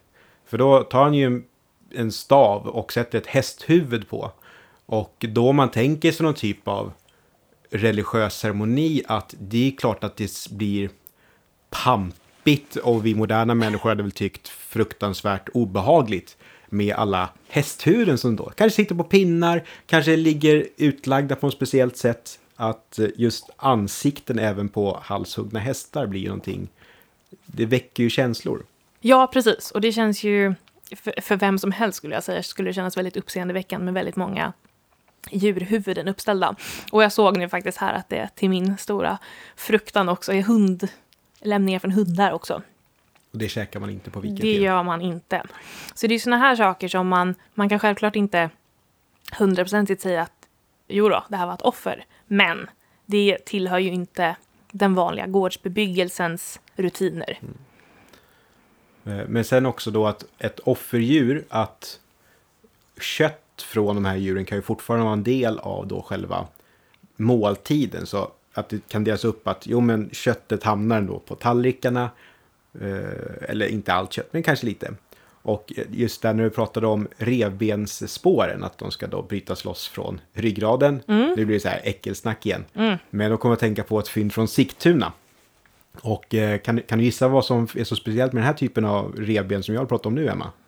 A: För då tar han ju en, en stav och sätter ett hästhuvud på. Och då man tänker sig någon typ av religiös ceremoni, att det är klart att det blir pampigt, och vi moderna människor hade väl tyckt fruktansvärt obehagligt med alla hästhuvuden som då kanske sitter på pinnar, kanske ligger utlagda på ett speciellt sätt, att just ansikten även på halshuggna hästar blir ju någonting, det väcker ju känslor.
B: Ja, precis. Och det känns ju, för, för vem som helst skulle jag säga, skulle det kännas väldigt uppseendeväckande med väldigt många djurhuvuden uppställda. Och jag såg nu faktiskt här att det till min stora fruktan också är hundlämningar från hundar också.
A: Och det käkar man inte på vilket
B: Det gör man inte. Så det är såna här saker som man, man kan självklart inte hundraprocentigt säga att jo då, det här var ett offer. Men det tillhör ju inte den vanliga gårdsbebyggelsens rutiner.
A: Mm. Men sen också då att ett offerdjur, att kött från de här djuren kan ju fortfarande vara en del av då själva måltiden. Så att det kan delas upp att jo, men köttet hamnar ändå på tallrikarna. Eh, eller inte allt kött, men kanske lite. Och just där när vi pratade om revbensspåren, att de ska då brytas loss från ryggraden. Mm. Det blir så här äckelsnack igen. Mm. Men då kommer jag att tänka på ett fynd från Sigtuna. Och eh, kan, kan du gissa vad som är så speciellt med den här typen av revben som jag pratar om nu, Emma?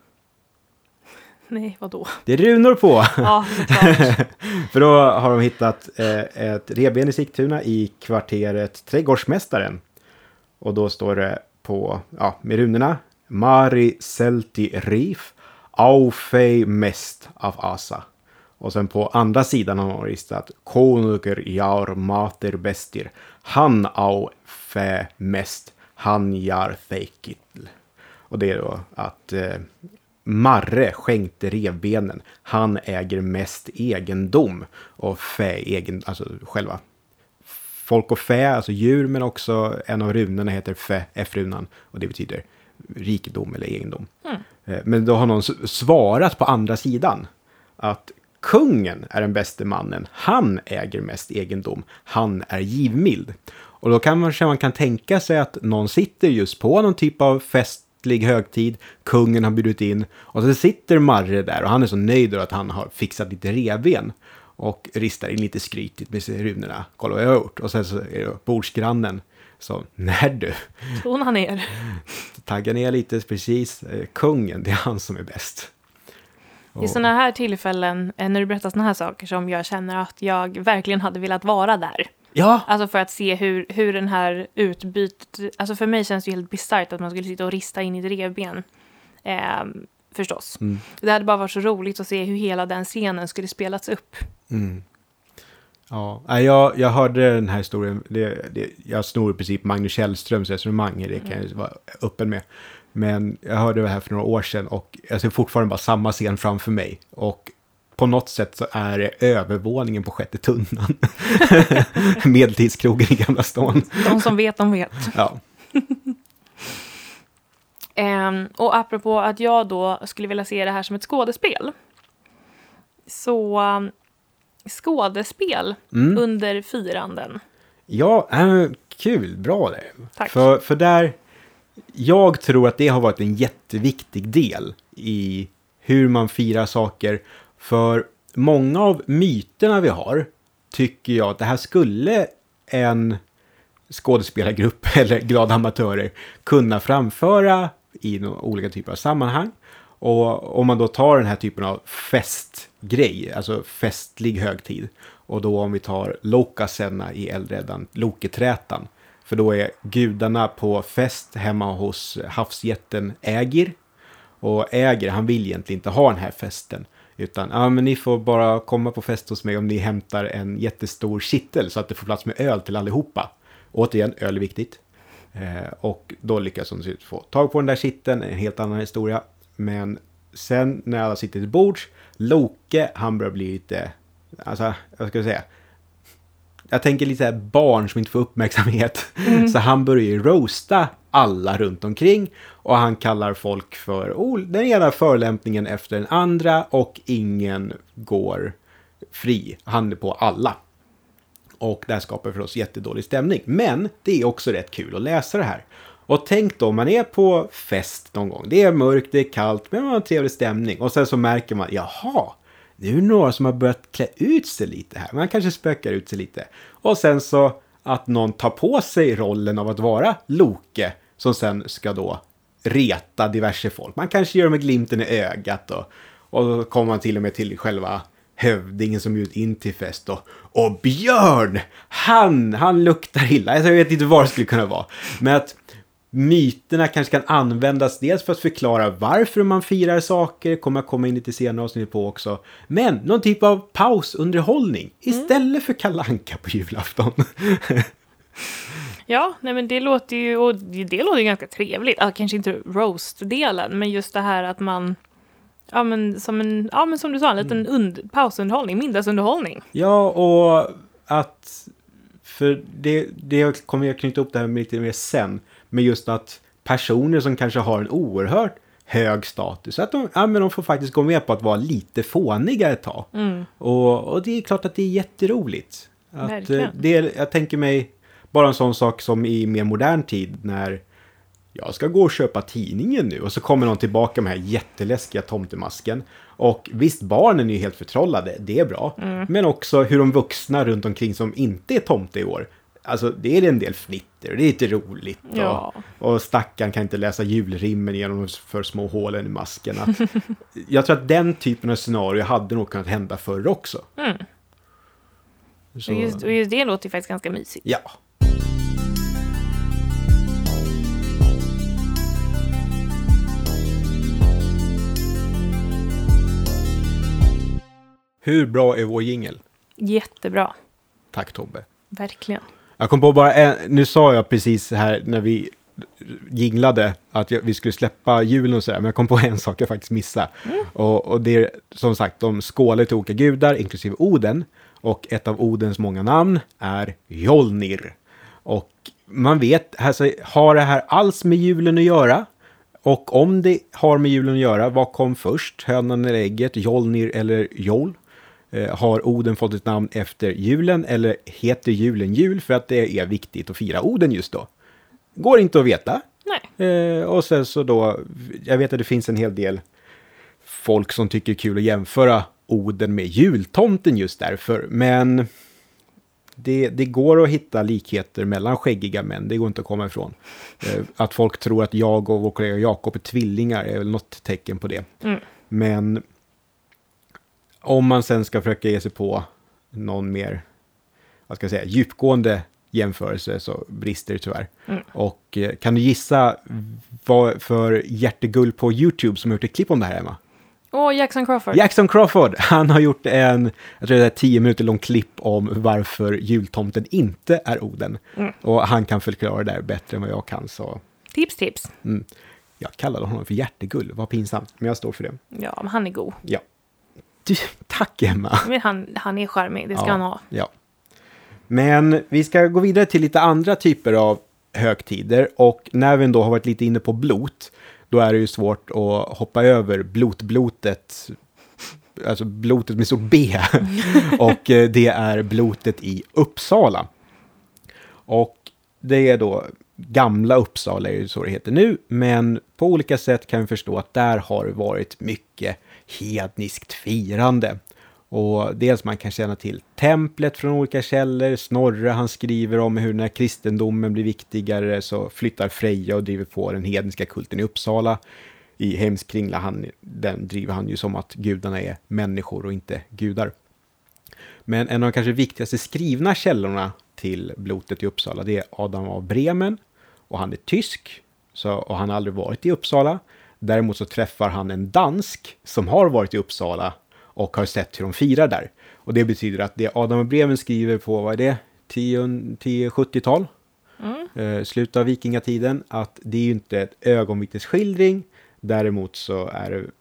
B: Nej, vadå?
A: Det är runor på!
B: Ja, såklart.
A: För då har de hittat eh, ett revben i Sigtuna i kvarteret Trädgårdsmästaren. Och då står det på, ja, med runorna: Mari Selti Rif, Aufei mest av Asa. Och sen på andra sidan har man ristat: Konuger jaur mater bestir, han au fe mest, han jar feikitl. Och det är då att eh, Marre skänkte revbenen, han äger mest egendom. Och fe, egen, alltså själva folk och fä, alltså djur, men också en av runorna heter fe, F-runan, och det betyder rikedom eller egendom. Mm. Men då har någon svarat på andra sidan att kungen är den bästa mannen, han äger mest egendom, han är givmild. Och då kan man, man kan tänka sig att någon sitter just på någon typ av festlig högtid, kungen har bjudit in, och så sitter Marre där och han är så nöjd att han har fixat lite revben. Och ristar in lite skrytigt med sig runorna. Kolla vad jag har gjort. Och sen så är det bordsgrannen. Så, när du.
B: Tona ner.
A: Tagga ner lite, precis. Kungen, det är han som är bäst.
B: Och i sådana här tillfällen, när du berättar sådana här saker, som jag känner att jag verkligen hade velat vara där.
A: Ja.
B: Alltså för att se hur, hur den här utbytet... Alltså för mig känns det ju helt bisarrt att man skulle sitta och rista in i ett revben. Eh, förstås. Mm. Det hade bara varit så roligt att se hur hela den scenen skulle spelats upp. Mm.
A: Ja, jag, jag hörde den här historien. Det, det, jag snor i princip Magnus Källströms resonemang. Det kan jag vara öppen med. Men jag hörde det här för några år sedan. Och jag ser fortfarande bara samma scen framför mig. Och på något sätt så är det övervåningen på Sjätte tunnan. Medeltidskrogen i Gamla stan.
B: De som vet, de vet.
A: Ja.
B: Um, och apropå att jag då skulle vilja se det här som ett skådespel. Så um, skådespel mm. under firanden.
A: Ja, äh, kul, bra det.
B: Tack.
A: För, för där, jag tror att det har varit en jätteviktig del i hur man firar saker. För många av myterna vi har tycker jag att det här skulle en skådespelargrupp eller glada amatörer kunna framföra i olika typer av sammanhang. Och om man då tar den här typen av festgrej, alltså festlig högtid, och då om vi tar Lokasenna i Eldredan, Loketrätan, för då är gudarna på fest hemma hos havsjätten Ägir, och Ägir, han vill egentligen inte ha den här festen, utan ja, men ni får bara komma på fest hos mig om ni hämtar en jättestor kittel så att det får plats med öl till allihopa. Återigen, öl är viktigt. Eh, och då lyckas de få tag på den där kitteln, en helt annan historia. Men sen när alla sitter till bords, Loke, han börjar bli lite, alltså, jag ska säga, jag tänker lite så här barn som inte får uppmärksamhet. Mm. Så han börjar ju roasta alla runt omkring. Och han kallar folk för oh, den ena förolämpningen efter den andra. Och ingen går fri. Han är på alla. Och det här skapar för oss jättedålig stämning. Men det är också rätt kul att läsa det här. Och tänk då, man är på fest någon gång. Det är mörkt, det är kallt, men man har en trevlig stämning. Och sen så märker man, jaha, det är ju några som har börjat klä ut sig lite här. Man kanske spökar ut sig lite. Och sen så att någon tar på sig rollen av att vara Loke. Som sen ska då reta diverse folk. Man kanske gör med glimten i ögat. Och, och då kommer man till och med till själva hövdingen som bjudit in till fest. Och, och Björn, han, han luktar illa. Jag vet inte vad det skulle kunna vara. Men att myterna kanske kan användas dels för att förklara varför man firar saker. Kommer jag komma in lite senare avsnitt på också. Men någon typ av pausunderhållning. Istället mm. för Kalle Anka på julafton.
B: Ja, nej men det låter ju, och det låter ju ganska trevligt. Ja, kanske inte roast-delen, men just det här att man, ja men som en, ja men som du sa, en liten mm. und, pausunderhållning, middagsunderhållning.
A: Ja, och att, för det, det kommer jag knyta upp det här med lite mer sen, men just att personer som kanske har en oerhört hög status, att de, ja, men de får faktiskt gå med på att vara lite fåniga ett tag. Mm. Och, och det är klart att det är jätteroligt. Att, det, jag tänker mig bara en sån sak som i mer modern tid när jag ska gå och köpa tidningen nu och så kommer någon tillbaka med den här jätteläskiga tomtemasken. Och visst, barnen är ju helt förtrollade, det är bra. Mm. Men också hur de vuxna runt omkring som inte är tomte i år. Alltså det är en del fnitter och det är lite roligt.
B: Ja.
A: Och, och stackaren kan inte läsa julrimmen genom de för små hålen i maskerna. Jag tror att den typen av scenario hade nog kunnat hända förr också.
B: Mm. Så. Och, just, och just det låter ju faktiskt ganska mysigt.
A: Ja. Hur bra är vår jingle?
B: Jättebra.
A: Tack Tobbe.
B: Verkligen.
A: Jag kom på bara en, nu sa jag precis här när vi jinglade att jag, vi skulle släppa julen och sådär, men jag kom på en sak jag faktiskt missade. Mm. Och, och det är som sagt, de skålar till olika gudar, inklusive Oden. Och ett av Odens många namn är Mjolnir. Och man vet, alltså, har det här alls med julen att göra? Och om det har med julen att göra, vad kom först? Hönan eller ägget, Mjolnir eller Jol? Eh, har Oden fått ett namn efter julen eller heter julen jul för att det är viktigt att fira Oden just då? Går inte att veta.
B: Nej.
A: Eh, och sen så då, jag vet att det finns en hel del folk som tycker det är kul att jämföra Oden med jultomten just därför. Men det, det går att hitta likheter mellan skäggiga män. Det går inte att komma ifrån. Eh, att folk tror att jag och vår kollega Jakob är tvillingar är väl något tecken på det.
B: Mm.
A: Men om man sen ska försöka ge sig på någon mer, vad ska jag säga, djupgående jämförelse så brister det tyvärr.
B: Mm.
A: Och eh, kan du gissa vad för hjärtegull på YouTube som har gjort ett klipp om det här, Emma?
B: Åh, oh, Jackson Crawford.
A: Jackson Crawford, han har gjort en, jag tror det är tio minuter lång klipp om varför jultomten inte är Oden. Mm. Och han kan förklara det där bättre än vad jag kan. Så.
B: Tips, tips.
A: Mm. Jag kallade honom för hjärtegull, vad pinsamt. Men jag står för det.
B: Ja, men han är god.
A: Ja. Du, tack Emma.
B: Men han, han är charmig, det ska
A: ja,
B: han ha.
A: Ja. Men vi ska gå vidare till lite andra typer av högtider. Och när vi ändå har varit lite inne på blot, då är det ju svårt att hoppa över blotblotet. Alltså blotet med stort B. Och det är blotet i Uppsala. Och det är då gamla Uppsala, är ju så det heter nu. Men på olika sätt kan vi förstå att där har det varit mycket hedniskt firande. Och dels man kan känna till templet från olika källor. Snorre, han skriver om hur när kristendomen blir viktigare så flyttar Freja och driver på den hedniska kulten i Uppsala. I Heimskringla, han, den driver han ju som att gudarna är människor och inte gudar. Men en av de kanske viktigaste skrivna källorna till blotet i Uppsala, det är Adam av Bremen. Och han är tysk, så, och han har aldrig varit i Uppsala. Däremot så träffar han en dansk som har varit i Uppsala och har sett hur de firar där. Och det betyder att det Adam av Bremen skriver på, vad är det? tio sjuttiotal? Mm. Eh, slutet av vikingatiden. Att det är ju inte ett ögonvittnesskildring. Däremot så är det...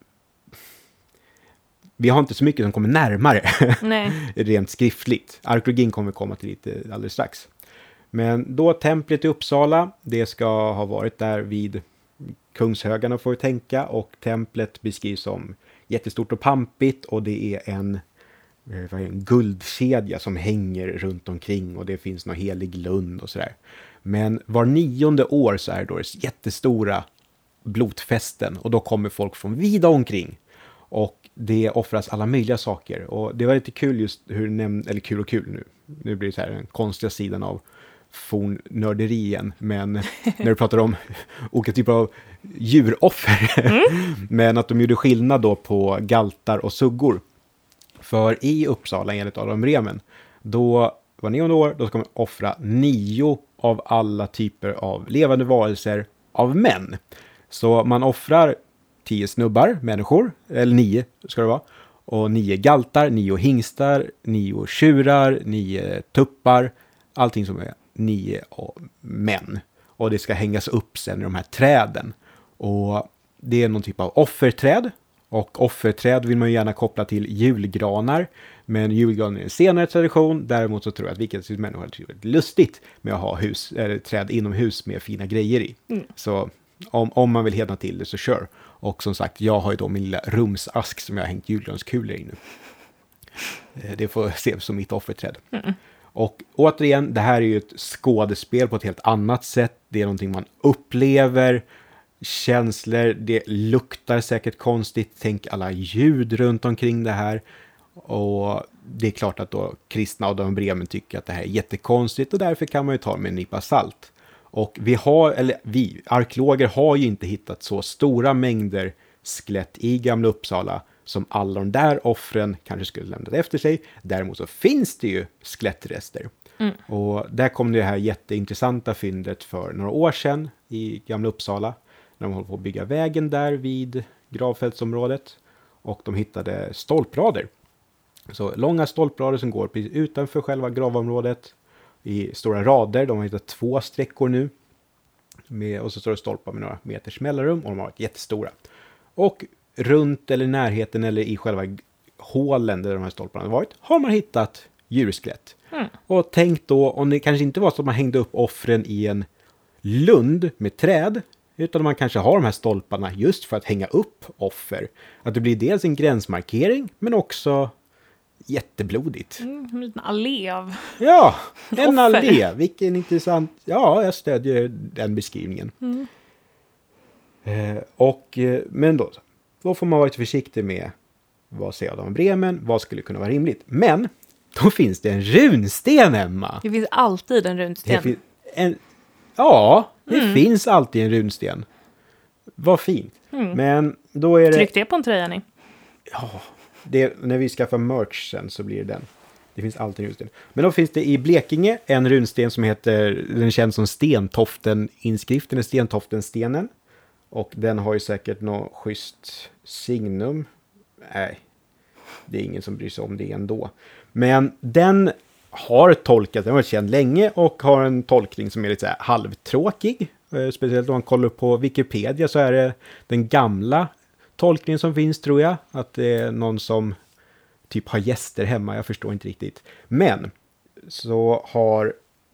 A: Vi har inte så mycket som kommer närmare.
B: Nej.
A: Rent skriftligt. Arkeologin kommer komma till lite alldeles strax. Men då templet i Uppsala, det ska ha varit där vid Kungshögarna får vi tänka. Och templet beskrivs som jättestort och pampigt och det är en, vad är det, en guldkedja som hänger runt omkring och det finns någon helig lund och sådär. Men var nionde år så är det då det jättestora blodfesten. Och då kommer folk från vida omkring. Och det offras alla möjliga saker. Och det var lite kul just hur du nämnde, eller kul och kul nu. Nu blir det så här den konstiga sidan av fornnörderi igen. Men när du pratar om olika typer av djuroffer. Mm. Men att de gjorde skillnad då på galtar och suggor. För i Uppsala enligt Adam Bremen, då var nionde år, då ska man offra nio av alla typer av levande varelser av män. Så man offrar tio snubbar, människor, eller nio ska det vara. Och nio galtar, nio hingstar, nio tjurar, nio tuppar. Allting som är nio män. Och det ska hängas upp sen i de här träden. Och det är någon typ av offerträd. Och offerträd vill man ju gärna koppla till julgranar. Men julgranar är en senare tradition. Däremot så tror jag att vilket människor tycker det är lustigt med att ha hus, eller träd inomhus med fina grejer i. Mm. Så om, om man vill hedna till det så kör. Och som sagt, jag har ju då min lilla rumsask som jag har hängt julgranskulor i nu. Det får ses som mitt offerträd. Mm. Och återigen, det här är ju ett skådespel på ett helt annat sätt. Det är någonting man upplever, känslor, det luktar säkert konstigt. Tänk alla ljud runt omkring det här. Och det är klart att då kristna och de Bremen tycker att det här är jättekonstigt och därför kan man ju ta det med en nypa salt. Och vi har, eller vi, arkeologer har ju inte hittat så stora mängder skelett i Gamla Uppsala som alla de där offren kanske skulle lämnat efter sig. Däremot så finns det ju skelettrester. Mm. Och där kom det här jätteintressanta fyndet för några år sedan i Gamla Uppsala. När de håller på att bygga vägen där vid gravfältsområdet. Och de hittade stolprader. Så långa stolprader som går precis utanför själva gravområdet. I stora rader. De har hittat två sträckor nu. Med, och så står det stolpar med några meters mellanrum. Och de har varit jättestora. Och runt eller närheten eller i själva hålen där de här stolparna har varit. Har man hittat djurskelett. Mm. Och tänk då om det kanske inte var så att man hängde upp offren i en lund med träd. Utan man kanske har de här stolparna just för att hänga upp offer. Att det blir dels en gränsmarkering men också jätteblodigt.
B: Mm, en liten allé av
A: Ja, en offer. Allé. Vilken intressant. Ja, jag stödjer den beskrivningen. Mm. Eh, och, men då, då får man vara lite försiktig med vad säger Adam Bremen, vad skulle kunna vara rimligt. Men då finns det en runsten, Emma.
B: Det finns alltid en runsten.
A: Det fin- en, ja, det mm. finns alltid en runsten. Vad fint. Mm. Men då är det...
B: Tryck det på en tröja ni.
A: Ja, det, när vi skaffar merch sen så blir det den. Det finns alltid en runsten. Men då finns det i Blekinge en runsten som heter, den känns som Stentoften-inskriften, eller Stentoften-stenen. Och den har ju säkert något schysst signum. Nej, det är ingen som bryr sig om det ändå. Men den har tolkat, den har varit känd länge och har en tolkning som är lite så här halvtråkig. Speciellt om man kollar på Wikipedia så är det den gamla tolkningen som finns, tror jag. Att det är någon som typ har gäster hemma, jag förstår inte riktigt. Men så har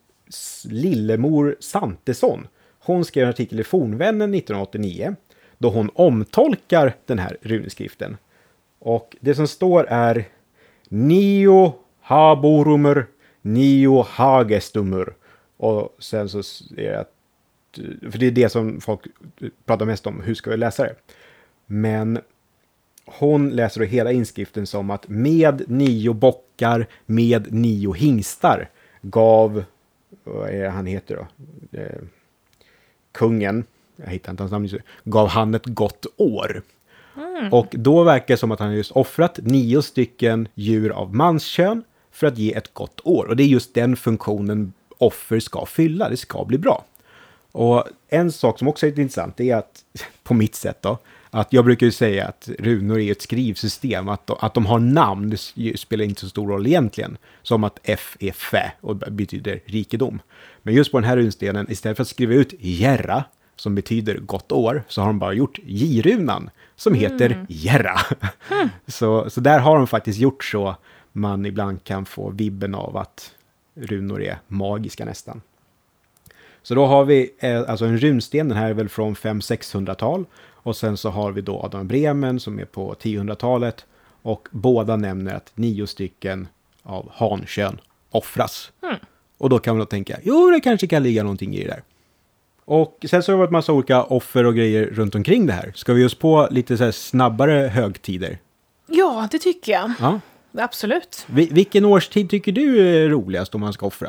A: Lillemor Santesson, hon skrev en artikel i Fornvännen nittonhundraåttionio då hon omtolkar den här runeskriften. Och det som står är Nio Haborumur, Nio Hagestumur. Och sen så är det att, för det är det som folk pratar mest om, hur ska vi läsa det? Men hon läser då hela inskriften som att med nio bockar, med nio hingstar gav, vad är det han heter då? Eh, kungen, jag hittar inte hans namn, gav han ett gott år. Mm. Och då verkar det som att han just offrat nio stycken djur av manskön för att ge ett gott år. Och det är just den funktionen offer ska fylla, det ska bli bra. Och en sak som också är intressant är att, på mitt sätt då, att jag brukar ju säga att runor är ett skrivsystem, att, att de har namn, det spelar inte så stor roll egentligen. Som att F är fä och betyder rikedom. Men just på den här runstenen, istället för att skriva ut Järra, som betyder gott år, så har de bara gjort J-runan, som heter mm. Järra. Mm. så, så där har de faktiskt gjort så, man ibland kan få vibben av att runor är magiska nästan. Så då har vi eh, alltså en runsten, den här är väl från fem sexhundratal. Och sen så har vi då Adam Bremen som är på tiohundratalet. Och båda nämner att nio stycken av hankön offras. Mm. Och då kan man då tänka, jo det kanske kan ligga någonting i det där. Och sen så har det varit massa olika offer och grejer runt omkring det här. Ska vi oss på lite så här snabbare högtider?
B: Ja, det tycker jag.
A: Ja.
B: Absolut.
A: Vi, vilken årstid tycker du är roligast om man ska offra?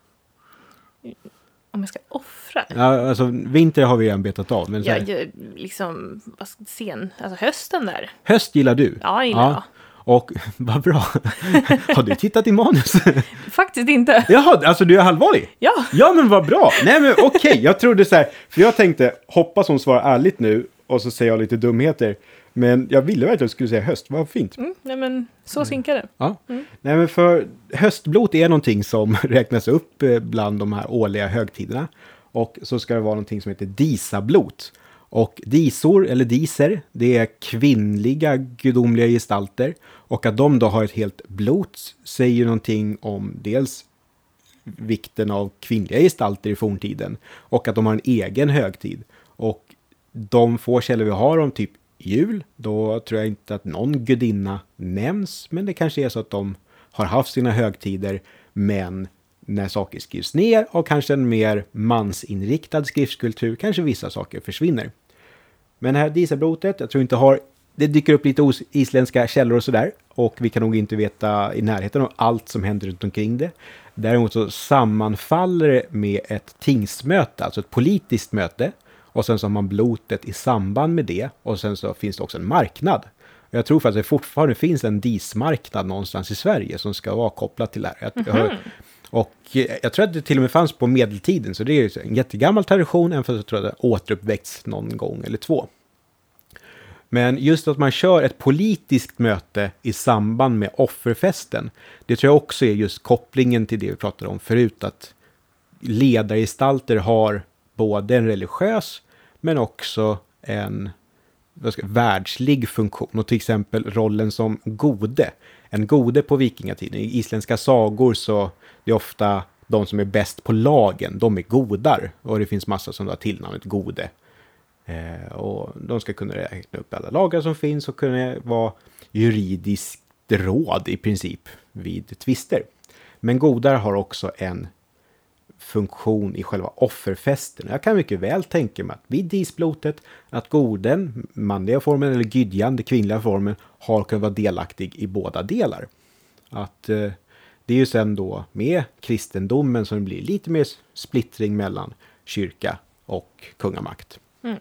B: Om jag ska offra?
A: Ja, alltså vinter har vi redan betat av. Men så
B: Ja,
A: här,
B: jag, liksom, vad ska- sen, alltså hösten där.
A: höst gillar du?
B: Ja, gillar jag.
A: Och vad bra. Har du tittat i manus?
B: Faktiskt inte.
A: Jaha, alltså du är allvarlig?
B: Ja.
A: Ja, men vad bra. Nej, men okej. Okay. Jag trodde så här, för jag tänkte, hoppas hon svarar ärligt nu och så säger jag lite dumheter. Men jag ville verkligen att jag skulle säga höst. Vad fint.
B: Mm, nej, men så sinkar det.
A: Ja.
B: Mm.
A: Nej, men för höstblot är någonting som räknas upp eh, bland de här årliga högtiderna. Och så ska det vara någonting som heter disablot. Och disor, eller diser, det är kvinnliga gudomliga gestalter. Och att de då har ett helt blot säger någonting om dels vikten av kvinnliga gestalter i forntiden. Och att de har en egen högtid. Och de få källor vi har om typ jul, då tror jag inte att någon gudinna nämns. Men det kanske är så att de har haft sina högtider, men när saker skrivs ner och kanske en mer mansinriktad skriftskulptur, kanske vissa saker försvinner. Men det här disablotet, jag tror inte har, det dyker upp lite os- isländska källor och sådär. Och vi kan nog inte veta i närheten av allt som händer runt omkring det. Däremot så sammanfaller det med ett tingsmöte, alltså ett politiskt möte. Och sen så har man blotet i samband med det. Och sen så finns det också en marknad. Jag tror faktiskt att det fortfarande finns en dismarknad någonstans i Sverige som ska vara kopplad till det här. Jag,
B: Mm-hmm.
A: jag, och jag tror att det till och med fanns på medeltiden. Så det är en jättegammal tradition. Även för jag tror att det återuppväxt någon gång eller två. Men just att man kör ett politiskt möte i samband med offerfesten. Det tror jag också är just kopplingen till det vi pratade om förut. Att ledargestalter har både en religiös men också en vad ska, världslig funktion. Och till exempel rollen som gode. En gode på vikingatiden. I isländska sagor så det är ofta de som är bäst på lagen. De är godar. Och det finns massa som har tillnamnet gode. Eh, och de ska kunna räkna upp alla lagar som finns och kunna vara juridiskt råd i princip vid tvister. Men godar har också en funktion i själva offerfesten. Jag kan mycket väl tänka mig att vid disblotet att goden, manliga formen eller gydjan, den kvinnliga formen, har kunnat vara delaktig i båda delar. Att eh, det är ju sen då med kristendomen som det blir lite mer splittring mellan kyrka och kungamakt.
B: Mm.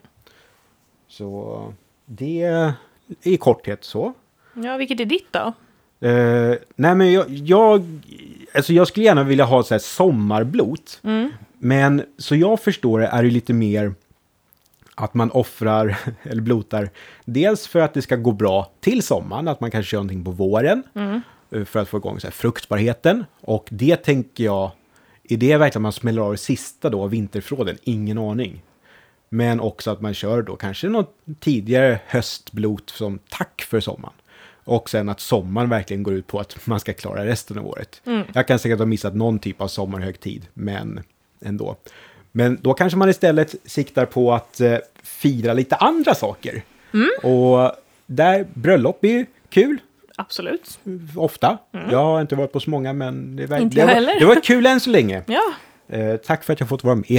A: Så det är i korthet så.
B: Ja, vilket är ditt då?
A: Uh, nej men jag, jag, alltså jag skulle gärna vilja ha så här sommarblot.
B: Mm.
A: Men så jag förstår det är det lite mer att man offrar eller blotar. Dels för att det ska gå bra till sommaren. Att man kanske kör någonting på våren.
B: Mm.
A: För att få igång så här fruktbarheten. Och det tänker jag, är det verkligen att man smäller av det sista då, vinterfråden? Ingen aning. Men också att man kör då kanske något tidigare höstblot som tack för sommaren. Och sen att sommaren verkligen går ut på att man ska klara resten av året. Mm. Jag kan säkert ha missat någon typ av sommarhögtid, men ändå. Men då kanske man istället siktar på att eh, fira lite andra saker. Mm. Och där bröllop är ju kul.
B: Absolut.
A: Ofta. Mm. Jag har inte varit på så många, men det, var, det, var, det var kul än så länge.
B: Ja.
A: Eh, tack för att jag fått vara med.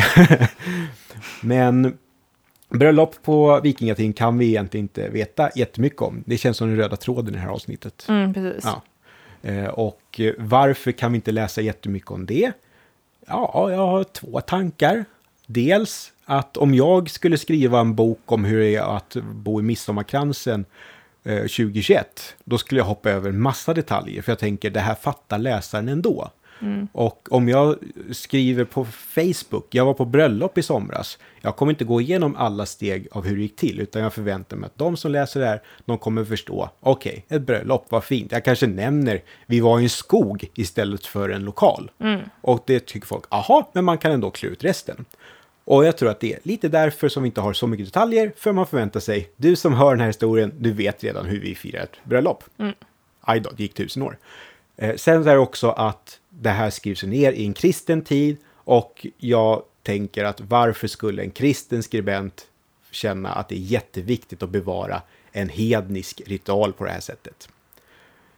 A: Men bröllop på vikingatiden kan vi egentligen inte veta jättemycket om. Det känns som den röda tråden i det här avsnittet.
B: Mm, precis.
A: Ja. Eh, och varför kan vi inte läsa jättemycket om det? Ja, jag har två tankar. Dels att om jag skulle skriva en bok om hur det är att bo i Midsommarkransen eh, tjugohundratjugoett, då skulle jag hoppa över en massa detaljer. För jag tänker, det här fattar läsaren ändå. Mm. Och om jag skriver på Facebook, jag var på bröllop i somras, jag kommer inte gå igenom alla steg av hur det gick till, utan jag förväntar mig att de som läser det här, de kommer förstå, okej, okay, ett bröllop, vad fint. Jag kanske nämner, vi var i en skog istället för en lokal. Mm. Och det tycker folk, aha, men man kan ändå klä ut resten. Och jag tror att det är lite därför som vi inte har så mycket detaljer, för man förväntar sig, du som hör den här historien, du vet redan hur vi firar ett bröllop. Mm. Aj då, det gick tusen år. Eh, sen är det också att det här skrivs ner i en kristen tid, och jag tänker att varför skulle en kristen skribent känna att det är jätteviktigt att bevara en hednisk ritual på det här sättet?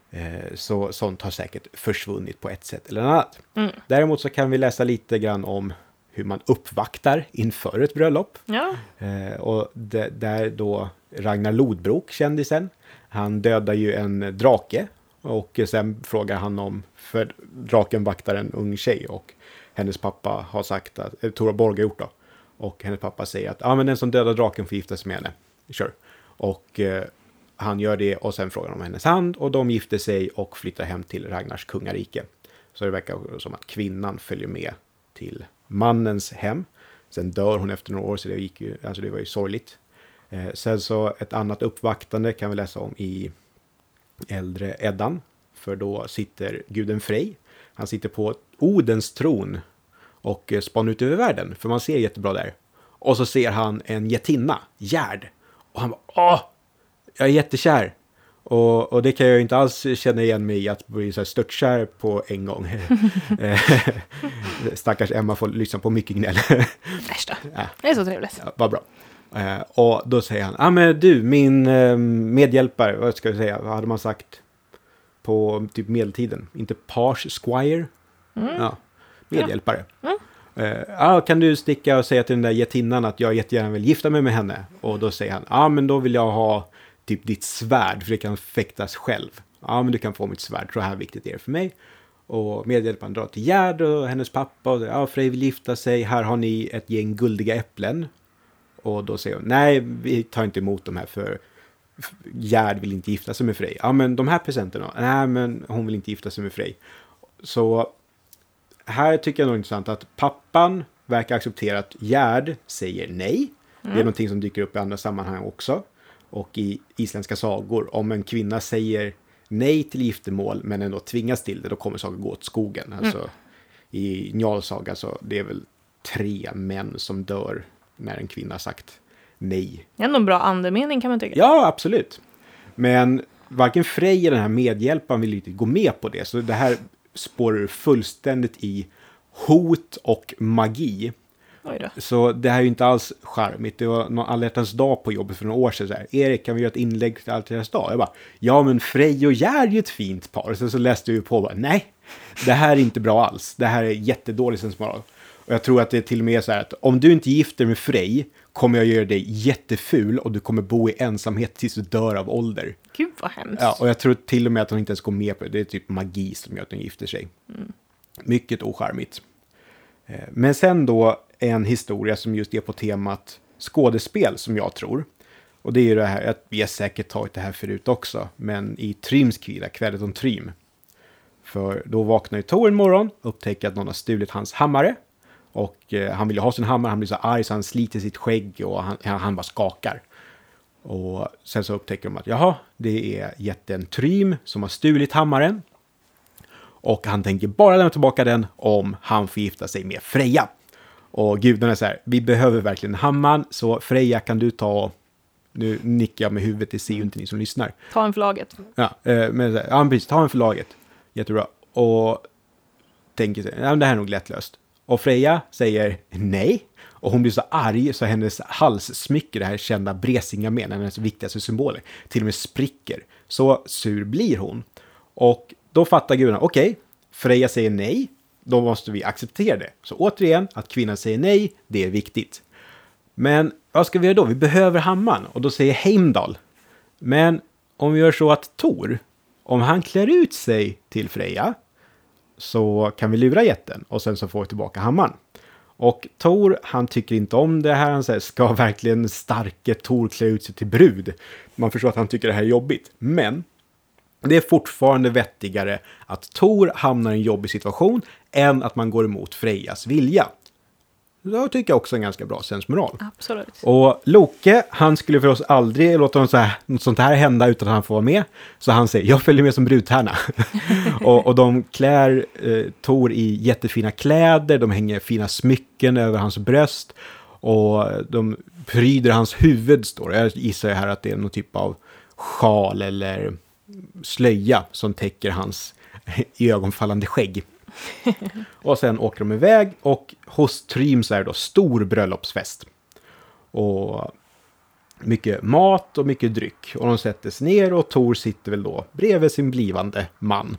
A: Eh, så sånt har säkert försvunnit på ett sätt eller annat.
B: Mm.
A: Däremot så kan vi läsa lite grann om hur man uppvaktar inför ett bröllop.
B: Ja.
A: Eh, och det, där då Ragnar Lodbrok, kändisen, han dödar ju en drake. Och sen frågar han om, för draken vaktar en ung tjej och hennes pappa har sagt att, eh, Tora Borg har gjort då. Och hennes pappa säger att ja, ah, men den som dödar draken får gifta sig med henne. Kör. Och eh, han gör det och sen frågar de om hennes hand och de gifter sig och flyttar hem till Ragnars kungarike. Så det verkar som att kvinnan följer med till mannens hem. Sen dör hon efter några år så det, gick ju, alltså det var ju sorgligt. Eh, sen så ett annat uppvaktande kan vi läsa om i äldre Eddan. För då sitter guden Frej. Han sitter på Odens tron och spanar ut över världen. För man ser jättebra där. Och så ser han en jättinna, Gerd. Och han bara, åh, jag är jättekär. Och, och det kan jag inte alls känna igen mig i att bli så här störtkär på en gång. Stackars Emma får lyssna på mycket gnäll.
B: Äsch då. Ja. Det är så trevligt.
A: Ja, vad bra. Eh, och då säger han, ja ah, men du, min eh, medhjälpare, vad ska jag säga, vad hade man sagt på typ medeltiden? Inte page, squire?
B: Mm.
A: Ja, medhjälpare.
B: Mm.
A: Eh, ah, kan du sticka och säga till den där jättinnan att jag jättegärna vill gifta mig med henne? Och då säger han, ja ah, men då vill jag ha typ ditt svärd, för det kan fäktas själv. Ja ah, men du kan få mitt svärd, så här viktigt är det för mig. Och medhjälparen drar till Gerd och hennes pappa och säger, ja ah, Frej vill gifta sig, här har ni ett gäng guldiga äpplen. Och då säger hon, nej vi tar inte emot de här för Gerd vill inte gifta sig med Frej. Ja men de här presenterna, nej men hon vill inte gifta sig med Frej. Så här tycker jag nog intressant att pappan verkar acceptera att Gerd säger nej. Mm. Det är någonting som dyker upp i andra sammanhang också. Och i isländska sagor, om en kvinna säger nej till giftermål men ändå tvingas till det, då kommer saker gå åt skogen. Alltså, mm. I Njalsaga så det är väl tre män som dör när en kvinna sagt nej.
B: Ändå en bra andemening kan man tycka.
A: Ja, absolut. Men varken Frej eller den här medhjälparen vill inte gå med på det. Så det här spårar fullständigt i hot och magi.
B: Oj då.
A: Så det här är ju inte alls charmigt. Det var någon alla hjärtans dag på jobbet för några år sedan. Så här, Erik, kan vi göra ett inlägg till alla hjärtans dag? Jag bara, ja men Frej och Gerd är ju ett fint par. Så, så läste vi på och bara, nej, det här är inte bra alls. Det här är jättedålig sensmoral. Och jag tror att det är till och med så här att om du inte gifter med Frej kommer jag göra dig jätteful och du kommer bo i ensamhet tills du dör av ålder.
B: Gud vad hemskt.
A: Ja, och jag tror till och med att hon inte ens går med på det. Det är typ magi som gör att hon gifter sig. Mm. Mycket ocharmigt. Men sen då en historia som just är på temat skådespel som jag tror. Och det är ju det här, att vi har säkert tagit det här förut också. Men i Tryms kvinna, kvället om Trym. För då vaknar ju Tor en morgon och upptäcker att någon har stulit hans hammare. Och eh, han vill ju ha sin hammare, han blir så arg så han sliter sitt skägg och han, han bara skakar. Och sen så upptäcker de att jaha, det är jätten Trym som har stulit hammaren. Och han tänker bara lämna tillbaka den om han får gifta sig med Freja. Och gudarna är så här, vi behöver verkligen hammaren, så Freja kan du ta, nu nickar jag med huvudet, det ser ju inte ni som lyssnar.
B: Ta en för laget.
A: Ja, eh, men, ja precis, ta en för laget. Jättebra. Och tänker sig, ja, det här är nog lättlöst. Och Freja säger nej. Och hon blir så arg så hennes halssmycke, det här kända Bresingamen, hennes viktigaste symboler, till och med spricker. Så sur blir hon. Och då fattar gudarna, okej, okay, Freja säger nej, då måste vi acceptera det. Så återigen, att kvinnan säger nej, det är viktigt. Men vad ska vi göra då? Vi behöver hammaren. Och då säger Heimdall, men om vi gör så att Tor, om han klär ut sig till Freja, så kan vi lura jätten och sen så får vi tillbaka hammaren. Och Tor, han tycker inte om det här. Han säger, ska verkligen starke Tor klä ut sig till brud? Man förstår att han tycker det här är jobbigt. Men det är fortfarande vettigare att Tor hamnar i en jobbig situation än att man går emot Frejas vilja. Det tycker jag också är en ganska bra sensmoral.
B: Absolut.
A: Och Loke, han skulle för oss aldrig låta något, så här, något sånt här hända utan att han får vara med. Så han säger, jag följer med som brudtärna. och, och de klär eh, Tor i jättefina kläder. De hänger fina smycken över hans bröst. Och de pryder hans huvud, står det. Jag gissar här att det är någon typ av sjal eller slöja som täcker hans ögonfallande skägg. Och sen åker de iväg och hos Trym så är det då stor bröllopsfest. Och mycket mat och mycket dryck. Och de sätter sig ner och Tor sitter väl då bredvid sin blivande man.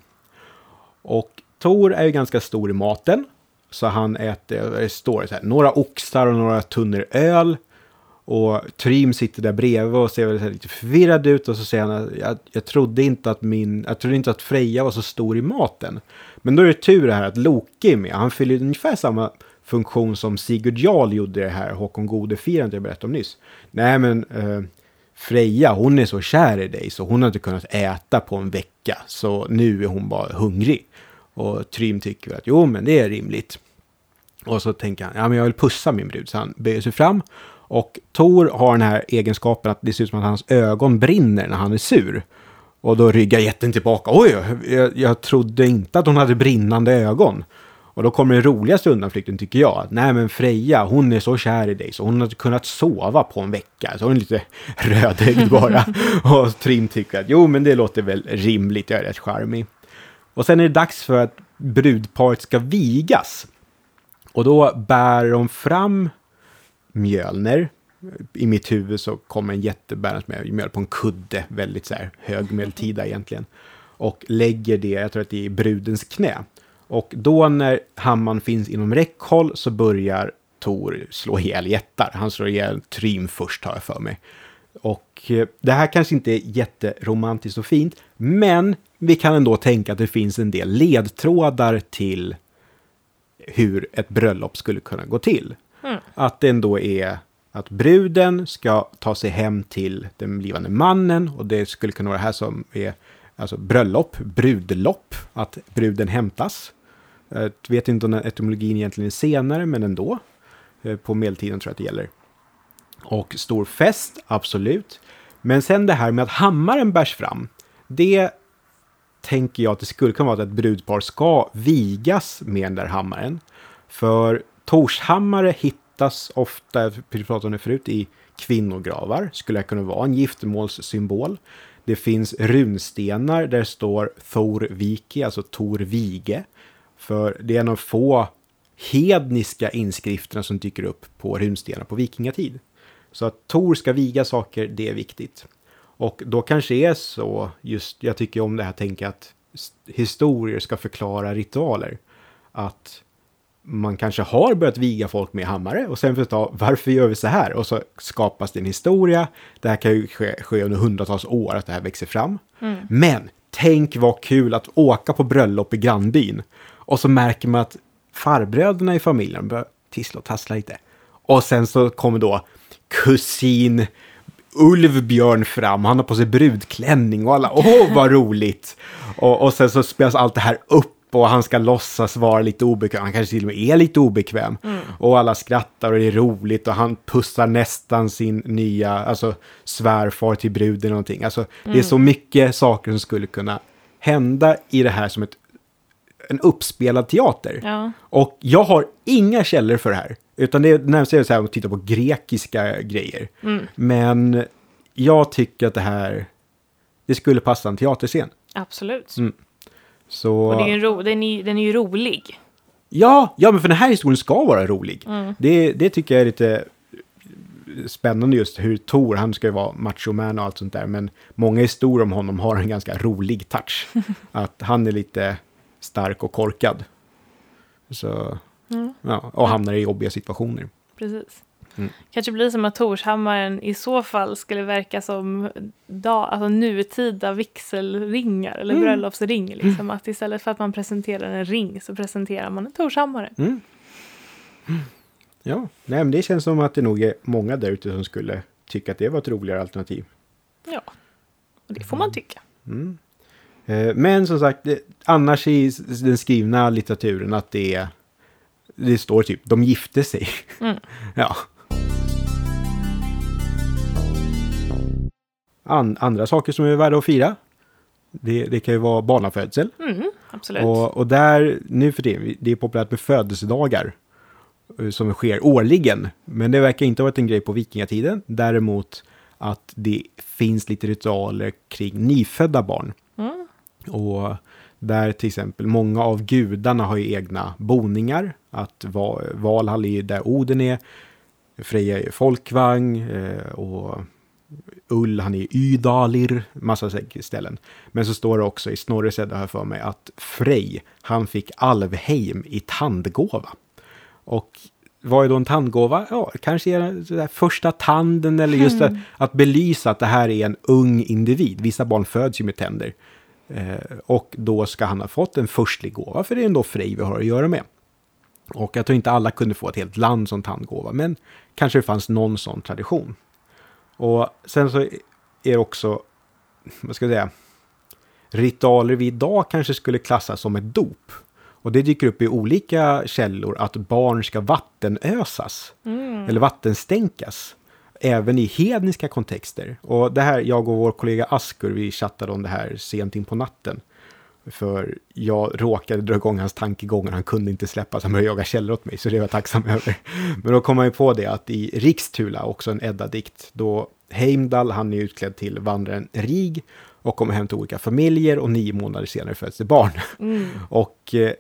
A: Och Tor är ju ganska stor i maten. Så han äter, det står så här, några oxar och några tunnor öl. Och Trym sitter där bredvid och ser väl lite förvirrad ut. Och så säger han, jag, jag trodde inte att min, jag trodde inte att Freja var så stor i maten. Men då är det tur det här att Loke är med. Han fyller ungefär samma funktion som Sigurd Jarl gjorde det här Håkon Gode-firandet jag berättade om nyss. Nej men eh, Freja, hon är så kär i dig så hon har inte kunnat äta på en vecka. Så nu är hon bara hungrig. Och Trym tycker att jo men det är rimligt. Och så tänker han, ja men jag vill pussa min brud. Så han böjer sig fram. Och Tor har den här egenskapen att det ser ut som att hans ögon brinner när han är sur. Och då ryggar jätten tillbaka. Oj, jag, jag trodde inte att hon hade brinnande ögon. Och då kommer den roligaste undanflykten tycker jag. Nej men Freja, hon är så kär i dig så hon har inte kunnat sova på en vecka. Så hon är lite rödögd bara. Och Trym tycker att jo men det låter väl rimligt, jag är rätt charmig. Och sen är det dags för att brudparet ska vigas. Och då bär de fram Mjölner. I mitt huvud så kommer en jättebärens med mjöl på en kudde. Väldigt så här högmedeltida egentligen. Och lägger det, jag tror att det är i brudens knä. Och då när hammaren finns inom räckhåll så börjar Tor slå ihjäl jättar. Han slår ihjäl Trym först har jag för mig. Och eh, det här kanske inte är jätteromantiskt och fint. Men vi kan ändå tänka att det finns en del ledtrådar till hur ett bröllop skulle kunna gå till. Mm. Att det ändå är att bruden ska ta sig hem till den blivande mannen. Och det skulle kunna vara det här som är alltså bröllop, brudlopp. Att bruden hämtas. Jag vet inte om den etymologin egentligen är senare, men ändå. På medeltiden tror jag att det gäller. Och stor fest, absolut. Men sen det här med att hammaren bärs fram. Det tänker jag att det skulle kunna vara att ett brudpar ska vigas med den där hammaren. För Torshammare hittas ofta, vi pratade om det förut, i kvinnogravar. Skulle det kunna vara en giftermålssymbol. Det finns runstenar där det står Thorviki, alltså Torvige. För det är en av få hedniska inskrifterna som dyker upp på runstenar på vikingatid. Så att Tor ska viga saker, det är viktigt. Och då kanske är så, just jag tycker om det här tänka att historier ska förklara ritualer. Att man kanske har börjat viga folk med hammare och sen förstå varför gör vi så här? Och så skapas det en historia. Det här kan ju ske, ske under hundratals år att det här växer fram. Mm. Men tänk vad kul att åka på bröllop i grannbyn. Och så märker man att farbröderna i familjen börjar tissla och tassla lite. Och sen så kommer då kusin Ulvbjörn fram. Han har på sig brudklänning och alla, åh vad roligt. Och, och sen så spelas allt det här upp och han ska låtsas vara lite obekväm. Han kanske till och med är lite obekväm. Mm. Och alla skrattar och det är roligt och han pussar nästan sin nya alltså svärfar till bruden eller någonting. Alltså mm. det är så mycket saker som skulle kunna hända i det här som ett en uppspelad teater. Ja. Och jag har inga källor för det här. Utan det är närmast så här att titta på grekiska grejer. Mm. Men jag tycker att det här det skulle passa en teaterscen.
B: Absolut.
A: Mm. Så...
B: Och det är en ro, den, är, den är ju rolig.
A: Ja, ja, men för den här historien ska vara rolig. Mm. Det, det tycker jag är lite spännande just hur Tor, han ska ju vara machoman och allt sånt där. Men många historier om honom har en ganska rolig touch. Att han är lite stark och korkad. Så, mm. ja, och hamnar i jobbiga situationer.
B: Precis. Mm. Kanske blir som att Torshammaren i så fall skulle verka som dag, alltså nutida vigselringar eller mm. bröllopsring. Liksom. Att istället för att man presenterar en ring så presenterar man en Torshammare. Mm.
A: Mm. Ja, nej, men det känns som att det nog är många där ute som skulle tycka att det var ett roligare alternativ.
B: Ja, och det får man tycka.
A: Mm. Men som sagt, annars i den skrivna litteraturen att det, det står typ, de gifte sig. Mm. Ja. An, andra saker som är värda att fira. Det, det kan ju vara barnafödsel.
B: Mm, absolut.
A: Och, och där, nu för det, det är populärt med födelsedagar som sker årligen. Men det verkar inte ha varit en grej på vikingatiden. Däremot att det finns lite ritualer kring nyfödda barn. Mm. Och där till exempel många av gudarna har ju egna boningar. Att Valhall är där Oden är. Freja är folkvagn. Och Ull, han är Ydalir, massa ställen. Men så står det också i Snorres Edda här för mig att Frej, han fick Alvheim i tandgåva. Och vad är då en tandgåva? Ja, kanske är det där första tanden eller just mm. att, att belysa att det här är en ung individ. Vissa barn föds ju med tänder. Eh, och då ska han ha fått en förstlig gåva, för det är ändå Frej vi har att göra med. Och jag tror inte alla kunde få ett helt land som tandgåva, men kanske det fanns någon sån tradition. Och sen så är det också, vad ska jag säga, ritualer vi idag kanske skulle klassas som ett dop. Och det dyker upp i olika källor att barn ska vattenösas mm. eller vattenstänkas. Även i hedniska kontexter. Och det här, jag och vår kollega Askur, vi chattade om det här sent in på natten. För jag råkade dra igång hans tankegångar. Han kunde inte släppa så han började jaga källor åt mig. Så det var jag tacksam över. Men då kom man ju på det att i Rikstula, också en Edda-dikt, då Heimdall, han är utklädd till vandraren Rig och kommer hem till olika familjer och nio månader senare föds det barn. Mm. och eh,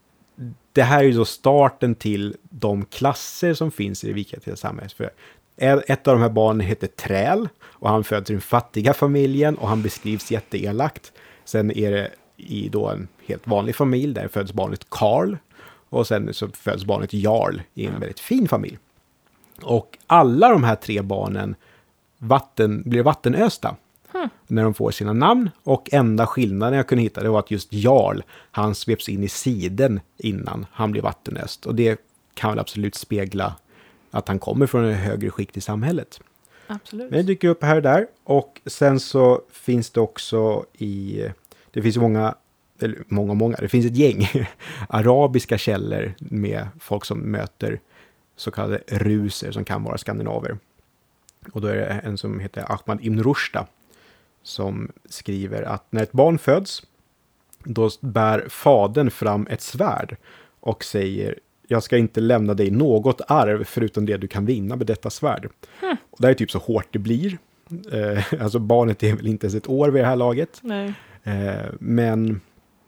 A: det här är ju då starten till de klasser som finns i det vikingatida samhället. För ett av de här barnen heter Träl och han föds i den fattiga familjen och han beskrivs jätteelakt. Sen är det i då en helt vanlig familj där föds barnet Karl och sen så föds barnet Jarl i en väldigt fin familj. Och alla de här tre barnen vatten, blir vattenösta hmm. när de får sina namn, och enda skillnaden jag kunde hitta det var att just Jarl, han sveps in i siden innan han blev vattenöst, och det kan väl absolut spegla att han kommer från en högre skikt i samhället.
B: Absolut.
A: Men det dyker upp här och där, och sen så finns det också i, det finns många, eller många, många, det finns ett gäng arabiska källor med folk som möter så kallade ruser som kan vara skandinaver. Och då är det en som heter Ahmad ibn Rushda som skriver att när ett barn föds, då bär fadern fram ett svärd och säger: jag ska inte lämna dig något arv förutom det du kan vinna med detta svärd. Hmm. Och det är typ så hårt det blir. Eh, alltså barnet är väl inte ens ett år vid det här laget.
B: Nej.
A: Eh, men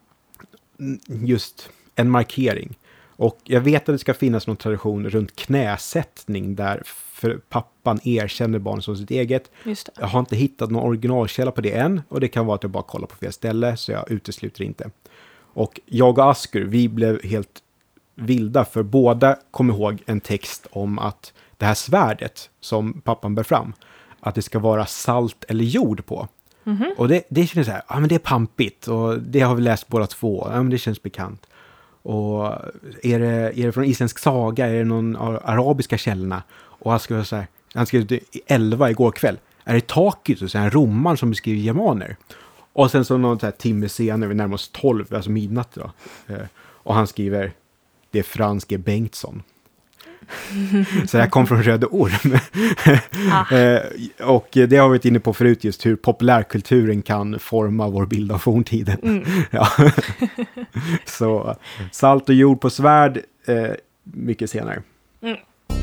A: just en markering. Och jag vet att det ska finnas någon tradition runt knäsättning där för pappan erkänner barnet som sitt eget.
B: Just det.
A: Jag har inte hittat någon originalkälla på det än, och det kan vara att jag bara kollar på fel ställe, så jag utesluter inte. Och jag och Askur, vi blev helt vilda, för båda kom ihåg en text om att det här svärdet som pappan bär fram, att det ska vara salt eller jord på. Mm-hmm. Och det, det känns så här, ja men det är pampigt, och det har vi läst båda två, ja men det känns bekant. Och är det, är det från isländsk saga, är det någon av arabiska källorna? Och han skrev så här, han skrev elva igår kväll. Är det Takitus, och så en romman som beskriver germaner? Och sen så någon så här timme senare, vi närmar oss tolv, alltså midnatt då. Och han skriver, det är Franske Bengtsson. Så det här kom från Röde Orm. Ah. Och det har vi varit inne på förut, just hur populärkulturen kan forma vår bild av forntiden. Mm. Ja. Så salt och jord på svärd eh, mycket senare. Mm.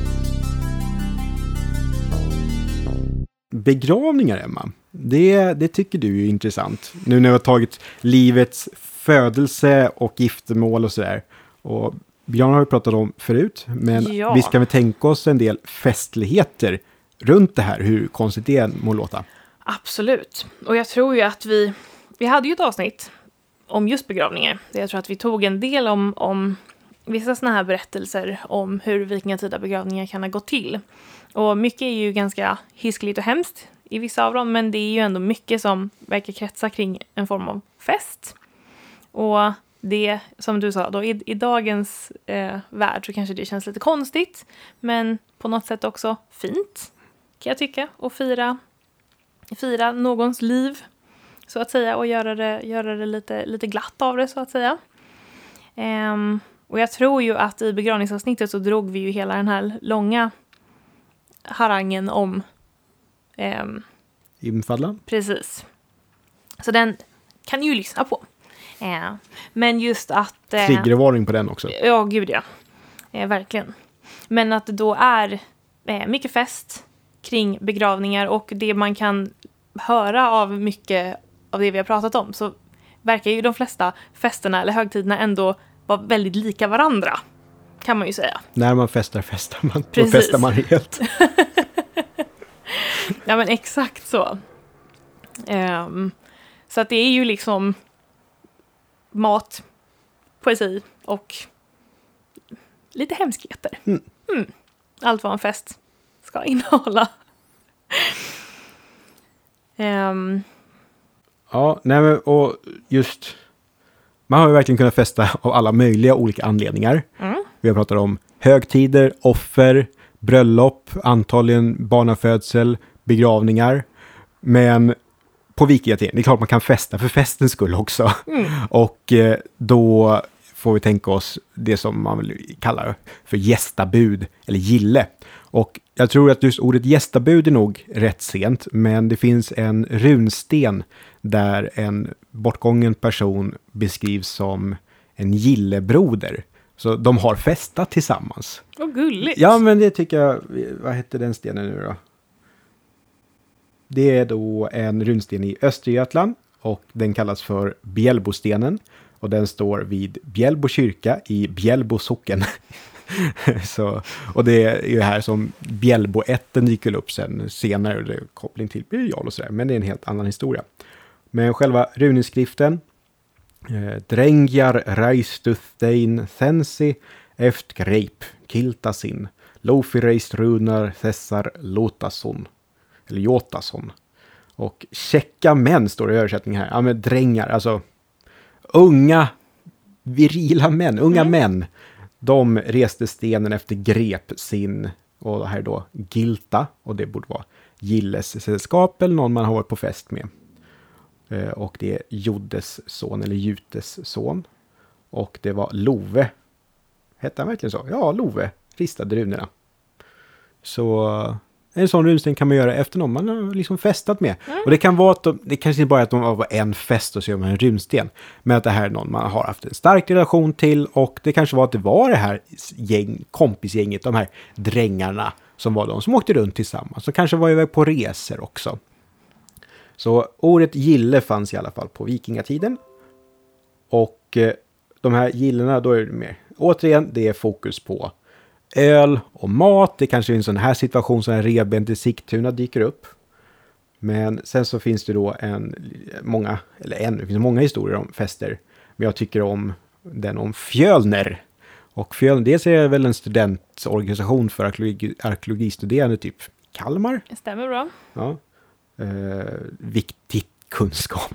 A: Begravningar, Emma. Det, det tycker du är intressant. Nu när vi har tagit livets födelse och giftermål och sådär. Och Björn har vi pratat om förut, men ja. Vi ska väl tänka oss en del festligheter runt det här, hur konstigt det må låta.
B: Absolut. Och jag tror ju att vi, vi hade ju ett avsnitt om just begravningar. Jag tror att vi tog en del om, om vissa såna här berättelser om hur vikingatida begravningar kan ha gått till. Och mycket är ju ganska hiskligt och hemskt i vissa av dem, men det är ju ändå mycket som verkar kretsa kring en form av fest. Och det, som du sa, då, i, i dagens eh, värld så kanske det känns lite konstigt, men på något sätt också fint, kan jag tycka, att fira, fira någons liv, så att säga, och göra det, göra det lite, lite glatt av det, så att säga. Ehm, och jag tror ju att i begravningsavsnittet så drog vi ju hela den här långa harangen om ehm,
A: Ibn Fadlan.
B: Precis. Så den kan ju lyssna på. Eh, men just att... Eh,
A: Triggervarning på den också.
B: Ja, gud ja. Eh, verkligen. Men att det då är eh, mycket fest kring begravningar, och det man kan höra av mycket av det vi har pratat om, så verkar ju de flesta festerna eller högtiderna ändå vara väldigt lika varandra, kan man ju säga.
A: När man festar, festar man. Precis. Då festar man helt.
B: Ja, men exakt så. Um, så att det är ju liksom mat, poesi och lite hemskheter.
A: Mm.
B: Mm. Allt vad en fest ska innehålla. um.
A: Ja, nej men, och just... Man har ju verkligen kunnat festa av alla möjliga olika anledningar.
B: Mm.
A: Vi har pratat om högtider, offer, bröllop, antagligen barnafödsel, begravningar. Men på vikingatiden, det är klart man kan festa för festens skull också.
B: Mm.
A: Och eh, då får vi tänka oss det som man vill kalla för gästabud eller gille. Och jag tror att just ordet gästabud är nog rätt sent, men det finns en runsten där en bortgången person beskrivs som en gillebroder. Så de har festat tillsammans.
B: Vad gulligt.
A: Ja, men det tycker jag... Vad heter den stenen nu då? Det är då en runsten i Östergötland och den kallas för Bjällbostenen. Och den står vid Bjällbo kyrka i Bjällbo socken. Så, och det är ju här som Bjällboätten dyker upp sen senare. Det är koppling till Birger Jarl och sådär. Men det är en helt annan historia. Men själva runeskriften. Eh, Drengjar reistustein sensi eft greip kiltasin. Lofi reist runar thessar lotason. Eller Jotason. Och käcka män står det i översättningen här. Ja, men drängar, alltså unga virila män, unga mm. män. De reste stenen efter grep sin, och här då gilta, och det borde vara Gilles sällskap eller någon man har varit på fest med. Eh, och det är Joddes son eller Jutes son. Och det var Love. Hette han verkligen så? Ja, Love ristade runorna. Så en sån runsten kan man göra efter någon man har liksom festat med. Mm. Och det kan vara att de, det kanske inte bara är att de har en fest och så gör man en runsten. Men att det här är någon man har haft en stark relation till. Och det kanske var att det var det här gäng, kompisgänget, de här drängarna som var de som åkte runt tillsammans. Så kanske var iväg på resor också. Så ordet gille fanns i alla fall på vikingatiden. Och eh, de här gillena, då är det mer, återigen, det är fokus på öl och mat. Det kanske är en sån här situation som en revbent i Sigtuna dyker upp. Men sen så finns det då en, många, eller en, det finns många historier om fester. Men jag tycker om den om Fjölner. Och Fjölner, dels är det väl en studentorganisation för arkeologi, arkeologistuderande typ Kalmar.
B: Det stämmer bra.
A: Ja. Eh, viktigt kunskap.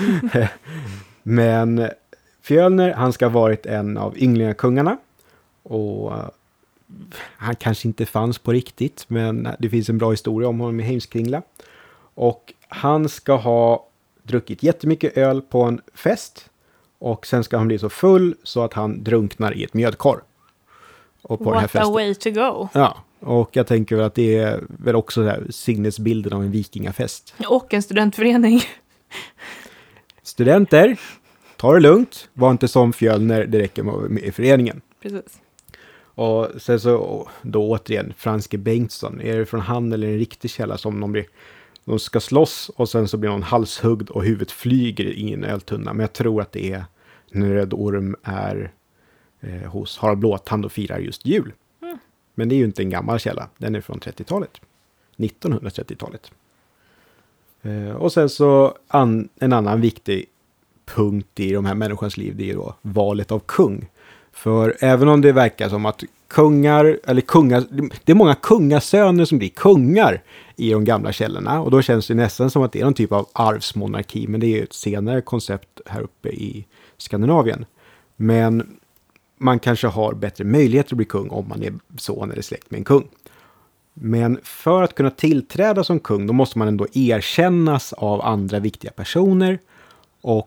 A: Men Fjölner, han ska ha varit en av ynglingakungarna. Och han kanske inte fanns på riktigt, men det finns en bra historia om honom i Heimskringla. Och han ska ha druckit jättemycket öl på en fest. Och sen ska han bli så full så att han drunknar i ett mjödkar. Och på
B: What
A: den här festen.
B: A way to go.
A: Ja, och jag tänker väl att det är väl också så här sinnesbilden av en vikingafest.
B: Och en studentförening.
A: Studenter, ta det lugnt. Var inte som Fjölner, det räcker med, med i föreningen.
B: Precis.
A: Och sen så då återigen Franske Bengtsson. Är det från han eller en riktig källa som de, blir, de ska slåss och sen så blir någon halshuggd och huvudet flyger i en öltunna. Men jag tror att det är när Röd Orm är eh, hos Harald Blåtand och firar just jul. Mm. Men det är ju inte en gammal källa. Den är från trettiotalet. nittonhundratrettiotalet. Eh, och sen så an, en annan viktig punkt i de här människans liv, det är då valet av kung. För även om det verkar som att kungar, eller kungar, det är många kungasöner som blir kungar i de gamla källorna. Och då känns det nästan som att det är någon typ av arvsmonarki. Men det är ju ett senare koncept här uppe i Skandinavien. Men man kanske har bättre möjligheter att bli kung om man är son eller släkt med en kung. Men för att kunna tillträda som kung, då måste man ändå erkännas av andra viktiga personer. Och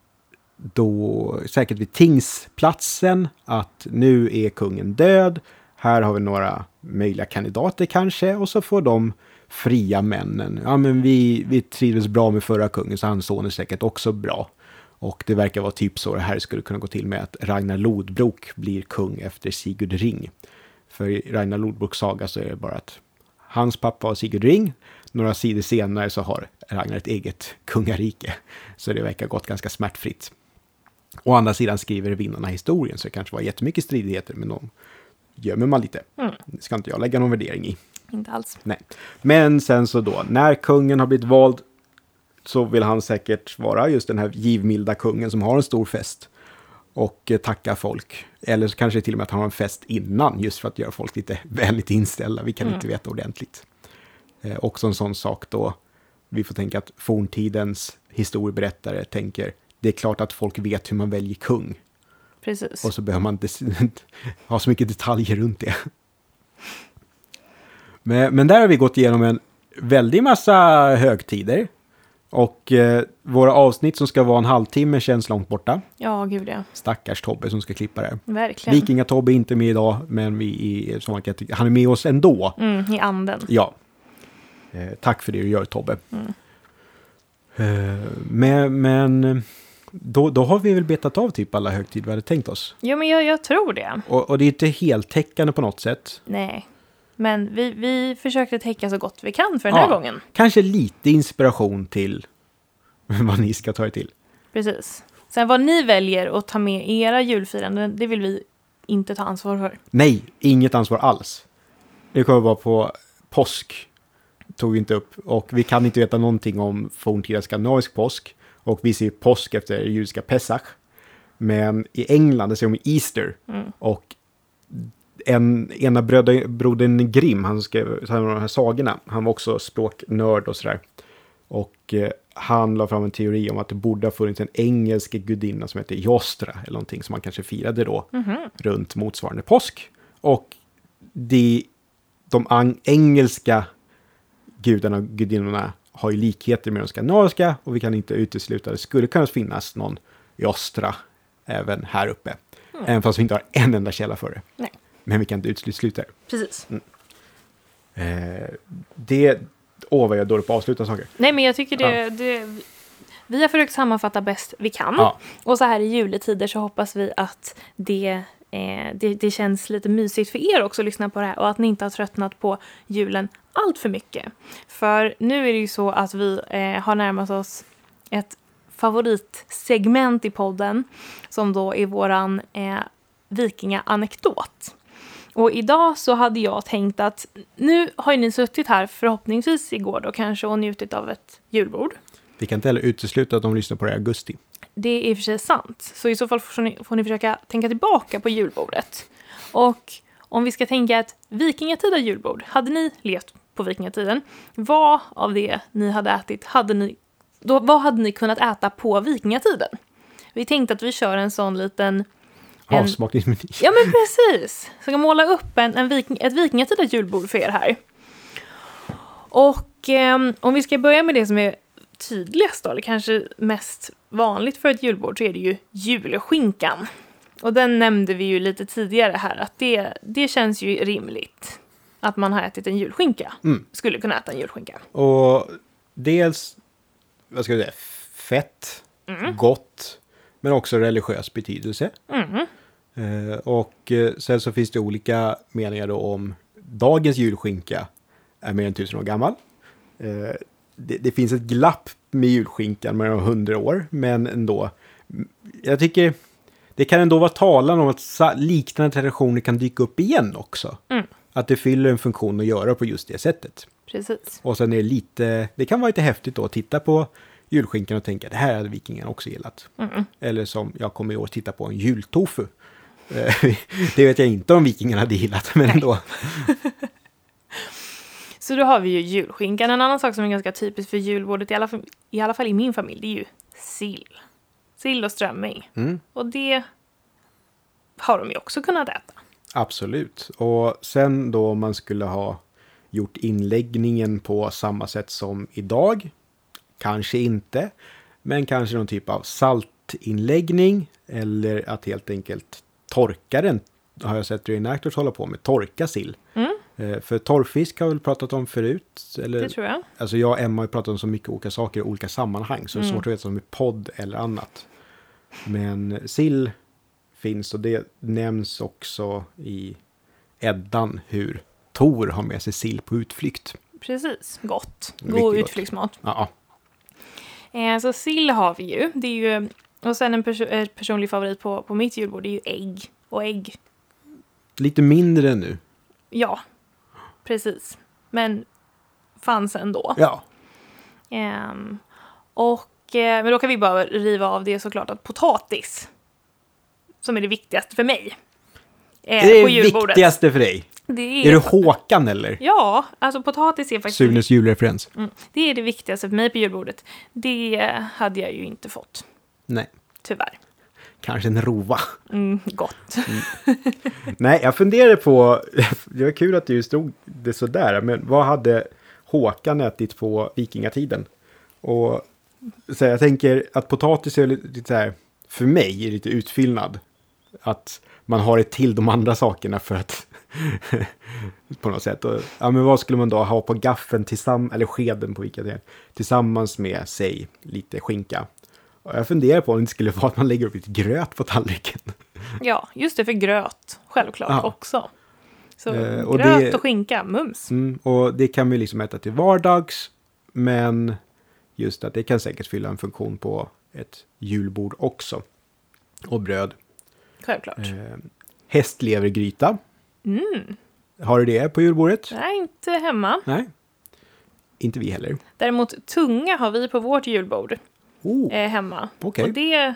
A: då säkert vid tingsplatsen att nu är kungen död. Här har vi några möjliga kandidater kanske. Och så får de fria männen. Ja, men vi, vi trivdes bra med förra kungen, så hans son är säkert också bra. Och det verkar vara typ så det här skulle kunna gå till med att Ragnar Lodbrok blir kung efter Sigurd Ring. För i Ragnar Lodbroks saga så är det bara att hans pappa var Sigurd Ring. Några sidor senare så har Ragnar ett eget kungarike. Så det verkar gått ganska smärtfritt. Å andra sidan skriver vinnarna historien, så det kanske var jättemycket stridigheter, men de gömmer man lite. Mm. Det ska inte jag lägga någon värdering i.
B: Inte alls.
A: Nej. Men sen så då, när kungen har blivit vald så vill han säkert vara just den här givmilda kungen som har en stor fest och eh, tacka folk. Eller så kanske till och med att han har en fest innan just för att göra folk lite vänligt inställda. Vi kan mm. inte veta ordentligt. Eh, också en sån sak då vi får tänka att forntidens historieberättare tänker det är klart att folk vet hur man väljer kung.
B: Precis.
A: Och så behöver man inte ha så mycket detaljer runt det. Men, men där har vi gått igenom en väldig massa högtider. Och eh, våra avsnitt som ska vara en halvtimme känns långt borta.
B: Ja, gud ja.
A: Stackars Tobbe som ska klippa det.
B: Verkligen.
A: Vikinga-Tobbe är inte med idag, men vi är, som man kan tycka, han är med oss ändå.
B: Mm, i anden.
A: Ja. Eh, tack för det du gör, Tobbe.
B: Mm.
A: Eh, men men då, då har vi väl betat av typ alla högtider vi hade tänkt oss.
B: Jo, men jag, jag tror det.
A: Och, och det är inte heltäckande på något sätt.
B: Nej. Men vi, vi försökte täcka så gott vi kan för den här
A: ja,
B: gången.
A: Kanske lite inspiration till vad ni ska ta er till.
B: Precis. Sen vad ni väljer att ta med era julfiranden, det vill vi inte ta ansvar för.
A: Nej, inget ansvar alls. Det kommer vara på påsk. Tog vi inte upp. Och vi kan inte veta någonting om forntida skandinavisk påsk. Och vi ser påsk efter judiska Pesach. Men i England ser vi Easter. Mm. Och en, ena bröder, brodern Grimm, han skrev de här sagorna. Han var också språknörd och sådär. Och eh, han la fram en teori om att det borde ha funnits en engelsk gudinna som heter Jostra. Eller någonting som man kanske firade då. Mm-hmm. Runt motsvarande påsk. Och de, de ang- engelska gudarna och gudinnorna har ju likheter med de skandinaviska. Och vi kan inte utesluta att det skulle kunna finnas någon Jostra även här uppe. Mm. Även fast vi inte har en enda källa för det.
B: Nej.
A: Men vi kan inte utesluta det.
B: Precis.
A: Mm. Eh, det... Åh, vad jag är dålig på att avsluta saker.
B: Nej, men jag tycker det, ja. det... Vi har försökt sammanfatta bäst vi kan.
A: Ja.
B: Och så här i juletider så hoppas vi att det, eh, det, det känns lite mysigt för er också att lyssna på det här. Och att ni inte har tröttnat på julen allt för mycket. För nu är det ju så att vi eh, har närmat oss ett favoritsegment i podden. Som då är våran eh, vikinga-anekdot. Och idag så hade jag tänkt att nu har ju ni suttit här förhoppningsvis igår då kanske och njutit av ett julbord.
A: Vi kan inte heller utesluta att de lyssnar på det i augusti.
B: Det är i och för sig sant. Så i så fall får ni, får ni försöka tänka tillbaka på julbordet. Och om vi ska tänka ett vikingatida julbord. Hade ni levt på vikingatiden? Vad av det ni hade ätit hade ni, då, vad hade ni kunnat äta på vikingatiden? Vi tänkte att vi kör en sån liten...
A: Avsmakningsmeny.
B: Ja, men precis. Så jag kan måla upp en, en viking, ett vikingatida julbord för er här. Och eh, om vi ska börja med det som är tydligast då, eller kanske mest vanligt för ett julbord, så är det ju julskinkan. Och den nämnde vi ju lite tidigare här, att det, det känns ju rimligt att man har ätit en julskinka. Mm. Skulle kunna äta en julskinka.
A: Och dels, vad ska jag säga, fett, mm. gott, men också religiös betydelse. Mm. Eh, och eh, sen så finns det olika meningar då om dagens julskinka är mer än tusen år gammal. Eh, det, det finns ett glapp med julskinkan med hundra år, men ändå. Jag tycker det kan ändå vara talan om att liknande traditioner kan dyka upp igen också. Mm. Att det fyller en funktion att göra på just det sättet.
B: Precis.
A: Och sen är det lite, det kan vara lite häftigt då att titta på julskinkan och tänka, det här hade vikingarna också gillat. Mm. Eller som jag kommer i år titta på en jultofu. Det vet jag inte om vikingarna hade gillat, men ändå.
B: Så då har vi ju julskinkan. En annan sak som är ganska typisk för julbordet, i alla fall i, alla fall i min familj, det är ju sill. Sill och strömming. Mm. Och det har de ju också kunnat äta.
A: Absolut. Och sen då man skulle ha gjort inläggningen på samma sätt som idag. Kanske inte. Men kanske någon typ av saltinläggning. Eller att helt enkelt torka den. Har jag sett reenactors hålla på med. Torka sill. Mm. Eh, för torrfisk har vi väl pratat om förut. Eller,
B: det tror jag.
A: Alltså jag och Emma har pratat om så mycket olika saker i olika sammanhang. Så mm. det är svårt att veta om det är podd eller annat. Men sill finns och det nämns också i Eddan hur Tor har med sig sill på utflykt.
B: Precis, gott. God utflyktsmat.
A: Ja.
B: Eh, så sill har vi ju. Det är ju och sen en perso- personlig favorit på, på mitt julbord, det är ju ägg. Och ägg.
A: Lite mindre nu.
B: Ja, precis. men fanns ändå.
A: Ja.
B: Um, och, eh, men då kan vi bara riva av det såklart att potatis, som är det viktigaste för mig. Eh,
A: Det är
B: på
A: det
B: julbordet.
A: viktigaste för dig.
B: Det
A: Är, är du Håkan eller?
B: Ja, alltså potatis är faktiskt...
A: Sunes julreferens.
B: Mm, det är det viktigaste för mig på julbordet. Det hade jag ju inte fått,
A: Nej.
B: tyvärr.
A: Kanske en rova.
B: Mm, gott.
A: Mm. Nej, jag funderade på... Det var kul att du stod det sådär. Men vad hade Håkan ätit på vikingatiden? Och så jag tänker att potatis är lite, lite så här... För mig är lite utfyllnad. Att man har det till de andra sakerna för att... på något sätt. Och, ja, men vad skulle man då ha på gaffeln tillsammans... Eller skeden på vikingatiden. Tillsammans med, säg, lite skinka. Och jag funderar på om det skulle vara att man lägger upp lite gröt på tallriken.
B: Ja, just det, för gröt. Självklart
A: Ja.
B: också. Så
A: Eh, och
B: gröt
A: det-
B: och skinka, mums.
A: Mm, och det kan vi liksom äta till vardags. Men just att det kan säkert fylla en funktion på ett julbord också. Och bröd.
B: Självklart.
A: Eh, hästlevergryta.
B: Mm.
A: Har du det på julbordet?
B: Nej, inte hemma.
A: Nej. Inte vi heller.
B: Däremot tunga har vi på vårt julbord
A: Oh,
B: eh, hemma.
A: okej.
B: Och det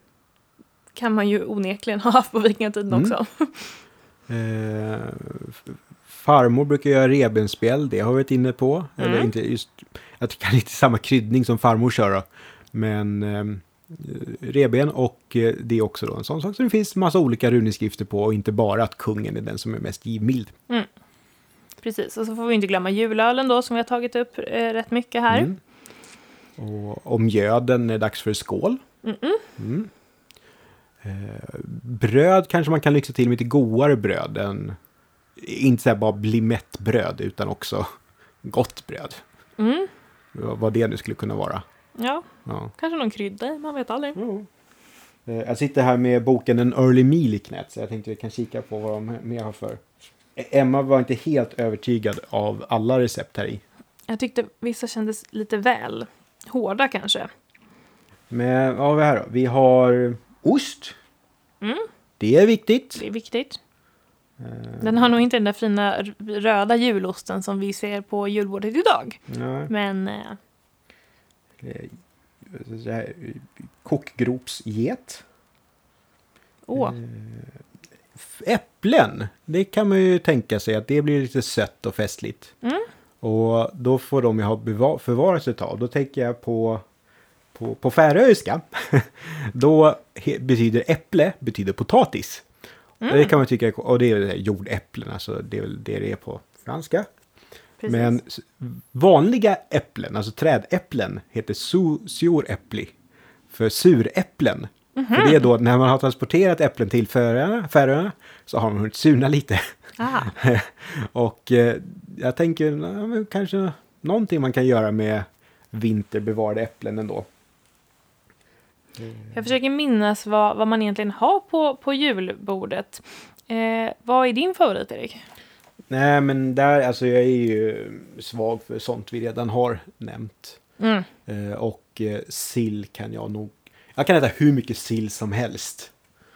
B: kan man ju onekligen ha haft på vikingatiden
A: Mm.
B: också.
A: Eh, f- farmor brukar göra revbensspjäll. Det har vi varit inne på.
B: Mm.
A: Eller inte just... Jag tycker inte samma kryddning som farmor kör då. Men... Eh, reben och eh, det är också då en sån sak som det finns massa olika runeskrifter på och inte bara att kungen är den som är mest givmild.
B: Precis, och så får vi inte glömma julölen då som vi har tagit upp eh, rätt mycket här.
A: Mm. Och om mjöden är det dags för skål.
B: Mm-mm.
A: Mm. Eh, bröd kanske man kan lyxa till med lite godare bröd än inte så här bara bli mätt bröd utan också gott bröd.
B: Mm.
A: Vad vad det nu skulle kunna vara.
B: Ja,
A: Ja.
B: kanske någon krydda i, man vet aldrig.
A: Eh, Jag sitter här med boken En Early Meal i knät så jag tänkte vi kan kika på vad de mer har för. Eh, Emma var inte helt övertygad av alla recept här i.
B: Jag tyckte vissa kändes lite väl hårda kanske.
A: Men vad har vi här då? Vi har ost.
B: Mm.
A: Det är viktigt.
B: Det är viktigt.
A: Eh,
B: Den har nog inte den där fina r- röda julosten som vi ser på julbordet idag.
A: nej,
B: Men eh,
A: eh, så här, eh, kokgropsget.
B: åh,
A: Eh, f- Äpplen. Det kan man ju tänka sig att det blir lite sött och festligt.
B: Mm.
A: Och då får de ju ha beva- förvarat ett tag. Då tänker jag på på, på färöiska. Då he- betyder äpple betyder potatis.
B: Mm.
A: Och det kan man tycka är, och det är det här jordäpplen, alltså det är väl det det är på franska.
B: precis.
A: Men s- vanliga äpplen, alltså trädäpplen, heter su- suräppli. För suräpplen. För det är då när man har transporterat äpplen till Färöarna, Färöarna så har man hunnit surna lite.
B: Ah,
A: Och eh, jag tänker ja, men kanske någonting man kan göra med vinterbevarade äpplen ändå.
B: jag försöker minnas vad, vad man egentligen har på, på julbordet. Eh, vad är din favorit, Erik?
A: Nej men där, alltså jag är ju svag för sånt vi redan har nämnt.
B: Mm.
A: Eh, och eh, sill kan jag nog... Jag kan äta hur mycket sill som helst.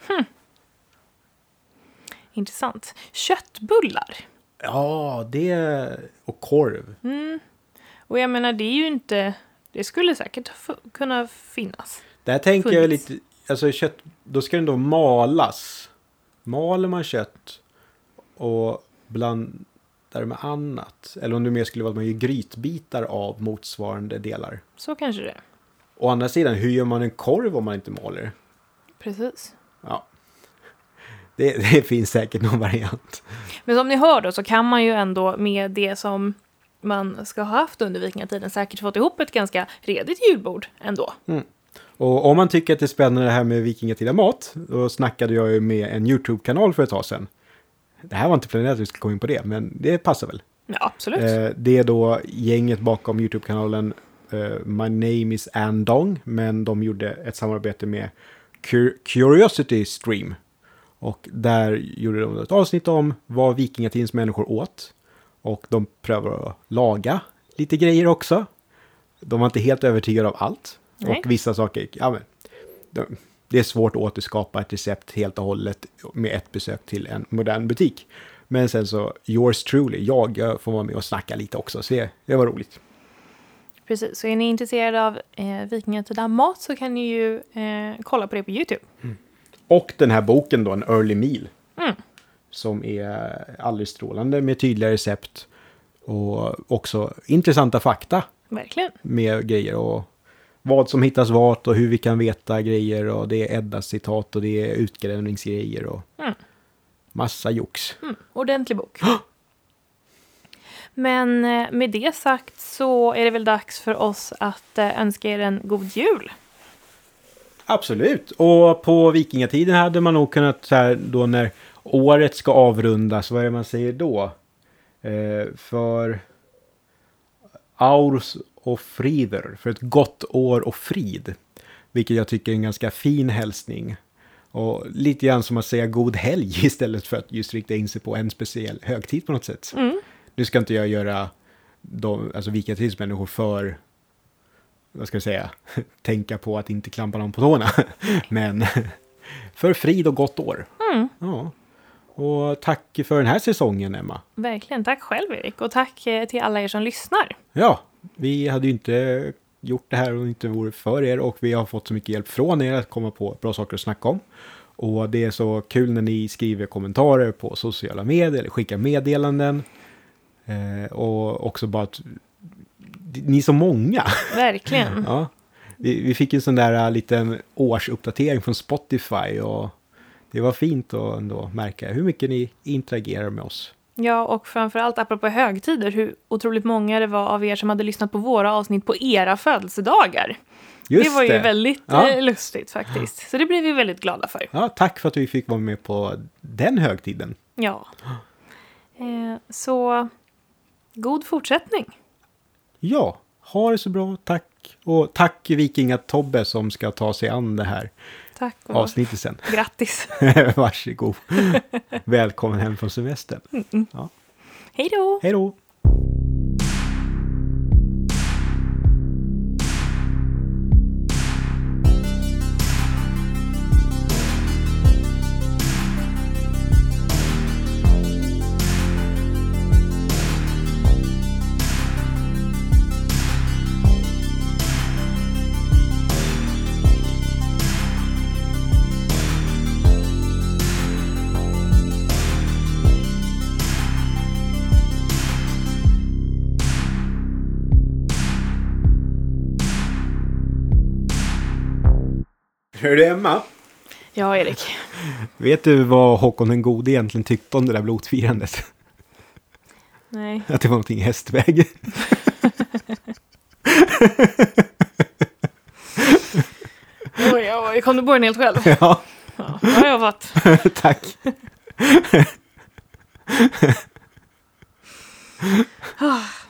B: Intressant. Köttbullar.
A: Ja, det... Och korv.
B: Mm. Och jag menar, det är ju inte... Det skulle säkert f- kunna finnas.
A: Där tänker jag
B: Funnits.
A: lite... Alltså kött... Då ska den då malas. Maler man kött och blandar med annat. Eller om det mer skulle vara att man gör grytbitar av motsvarande delar.
B: Så kanske det är.
A: Å andra sidan, hur gör man en korv om man inte maler?
B: Precis.
A: Ja. Det, det finns säkert någon variant.
B: Men som ni hör då så kan man ju ändå med det som man ska ha haft under vikingatiden säkert fått ihop ett ganska redigt julbord ändå.
A: Och om man tycker att det är spännande det här med vikingatida mat, då snackade jag ju med en YouTube-kanal för ett tag sedan. Det här var inte planerat att vi skulle komma in på det, men det passar väl.
B: Ja, absolut.
A: Eh, det är då gänget bakom YouTube-kanalen eh, My Name is Andong, men de gjorde ett samarbete med Cur- Curiosity Stream. Och där gjorde de ett avsnitt om vad vikingatidens människor åt. Och de prövar att laga lite grejer också. De var inte helt övertygade av allt.
B: Nej.
A: Och vissa saker, ja men, de, det är svårt att återskapa ett recept helt och hållet med ett besök till en modern butik. Men sen så, yours truly, jag, jag får vara med och snacka lite också, så det, det var roligt.
B: Precis, så är ni intresserade av eh, vikingatida mat så kan ni ju eh, kolla på det på YouTube.
A: Mm. Och den här boken då, en early meal.
B: Mm.
A: Som är alldeles strålande med tydliga recept. Och också intressanta fakta.
B: Verkligen.
A: Med grejer och vad som hittas vart och hur vi kan veta grejer. Och det är Eddas citat och det är utgrävningsgrejer och
B: mm.
A: massa jox.
B: Mm. Ordentlig bok. Men med det sagt så är det väl dags för oss att önska er en god jul.
A: Absolut. Och på vikingatiden hade man nog kunnat så här, då när året ska avrundas, vad är det man säger då? Eh, för Aurus och frider, för ett gott år och frid. Vilket jag tycker är en ganska fin hälsning. Och lite grann som att säga god helg istället för att just rikta in sig på en speciell högtid på något sätt.
B: Mm.
A: Nu ska inte jag göra de, alltså vikingatidsmänniskor för, vad ska jag säga, tänka på att inte klampa någon på tårna. Men för frid och gott år.
B: Mm.
A: Ja. Och tack för den här säsongen, Emma.
B: Verkligen, tack själv Erik. Och tack till alla er som lyssnar.
A: Ja, vi hade ju inte gjort det här och inte vore för er. Och vi har fått så mycket hjälp från er att komma på bra saker att snacka om. Och det är så kul när ni skriver kommentarer på sociala medier eller skickar meddelanden. Eh, och också bara att ni är så många.
B: Verkligen.
A: Ja. Vi, vi fick en sån där liten årsuppdatering från Spotify och det var fint att ändå märka hur mycket ni interagerar med oss.
B: Ja, och framförallt apropå högtider, hur otroligt många det var av er som hade lyssnat på våra avsnitt på era födelsedagar.
A: Just
B: det var ju
A: det.
B: väldigt
A: ja.
B: eh, lustigt faktiskt. Så det blir vi väldigt glada för.
A: Ja, tack för att vi fick vara med på den högtiden.
B: Ja. Eh, så god fortsättning.
A: Ja, ha det så bra, tack. Och tack Vikingatobbe som ska ta sig an det här
B: tack och
A: avsnittet sen.
B: Grattis.
A: Varsågod. Välkommen hem från semestern.
B: Mm-mm.
A: Ja.
B: Hej då.
A: Hej då. Hör du, Emma?
B: Ja, Erik.
A: Vet du vad Håkon den gode egentligen tyckte om det där blodfirandet?
B: Nej.
A: Att det var någonting i hästväg.
B: Oj, oj, kom du på den helt själv?
A: Ja.
B: Ja, det har jag varit.
A: Tack.
B: Ah.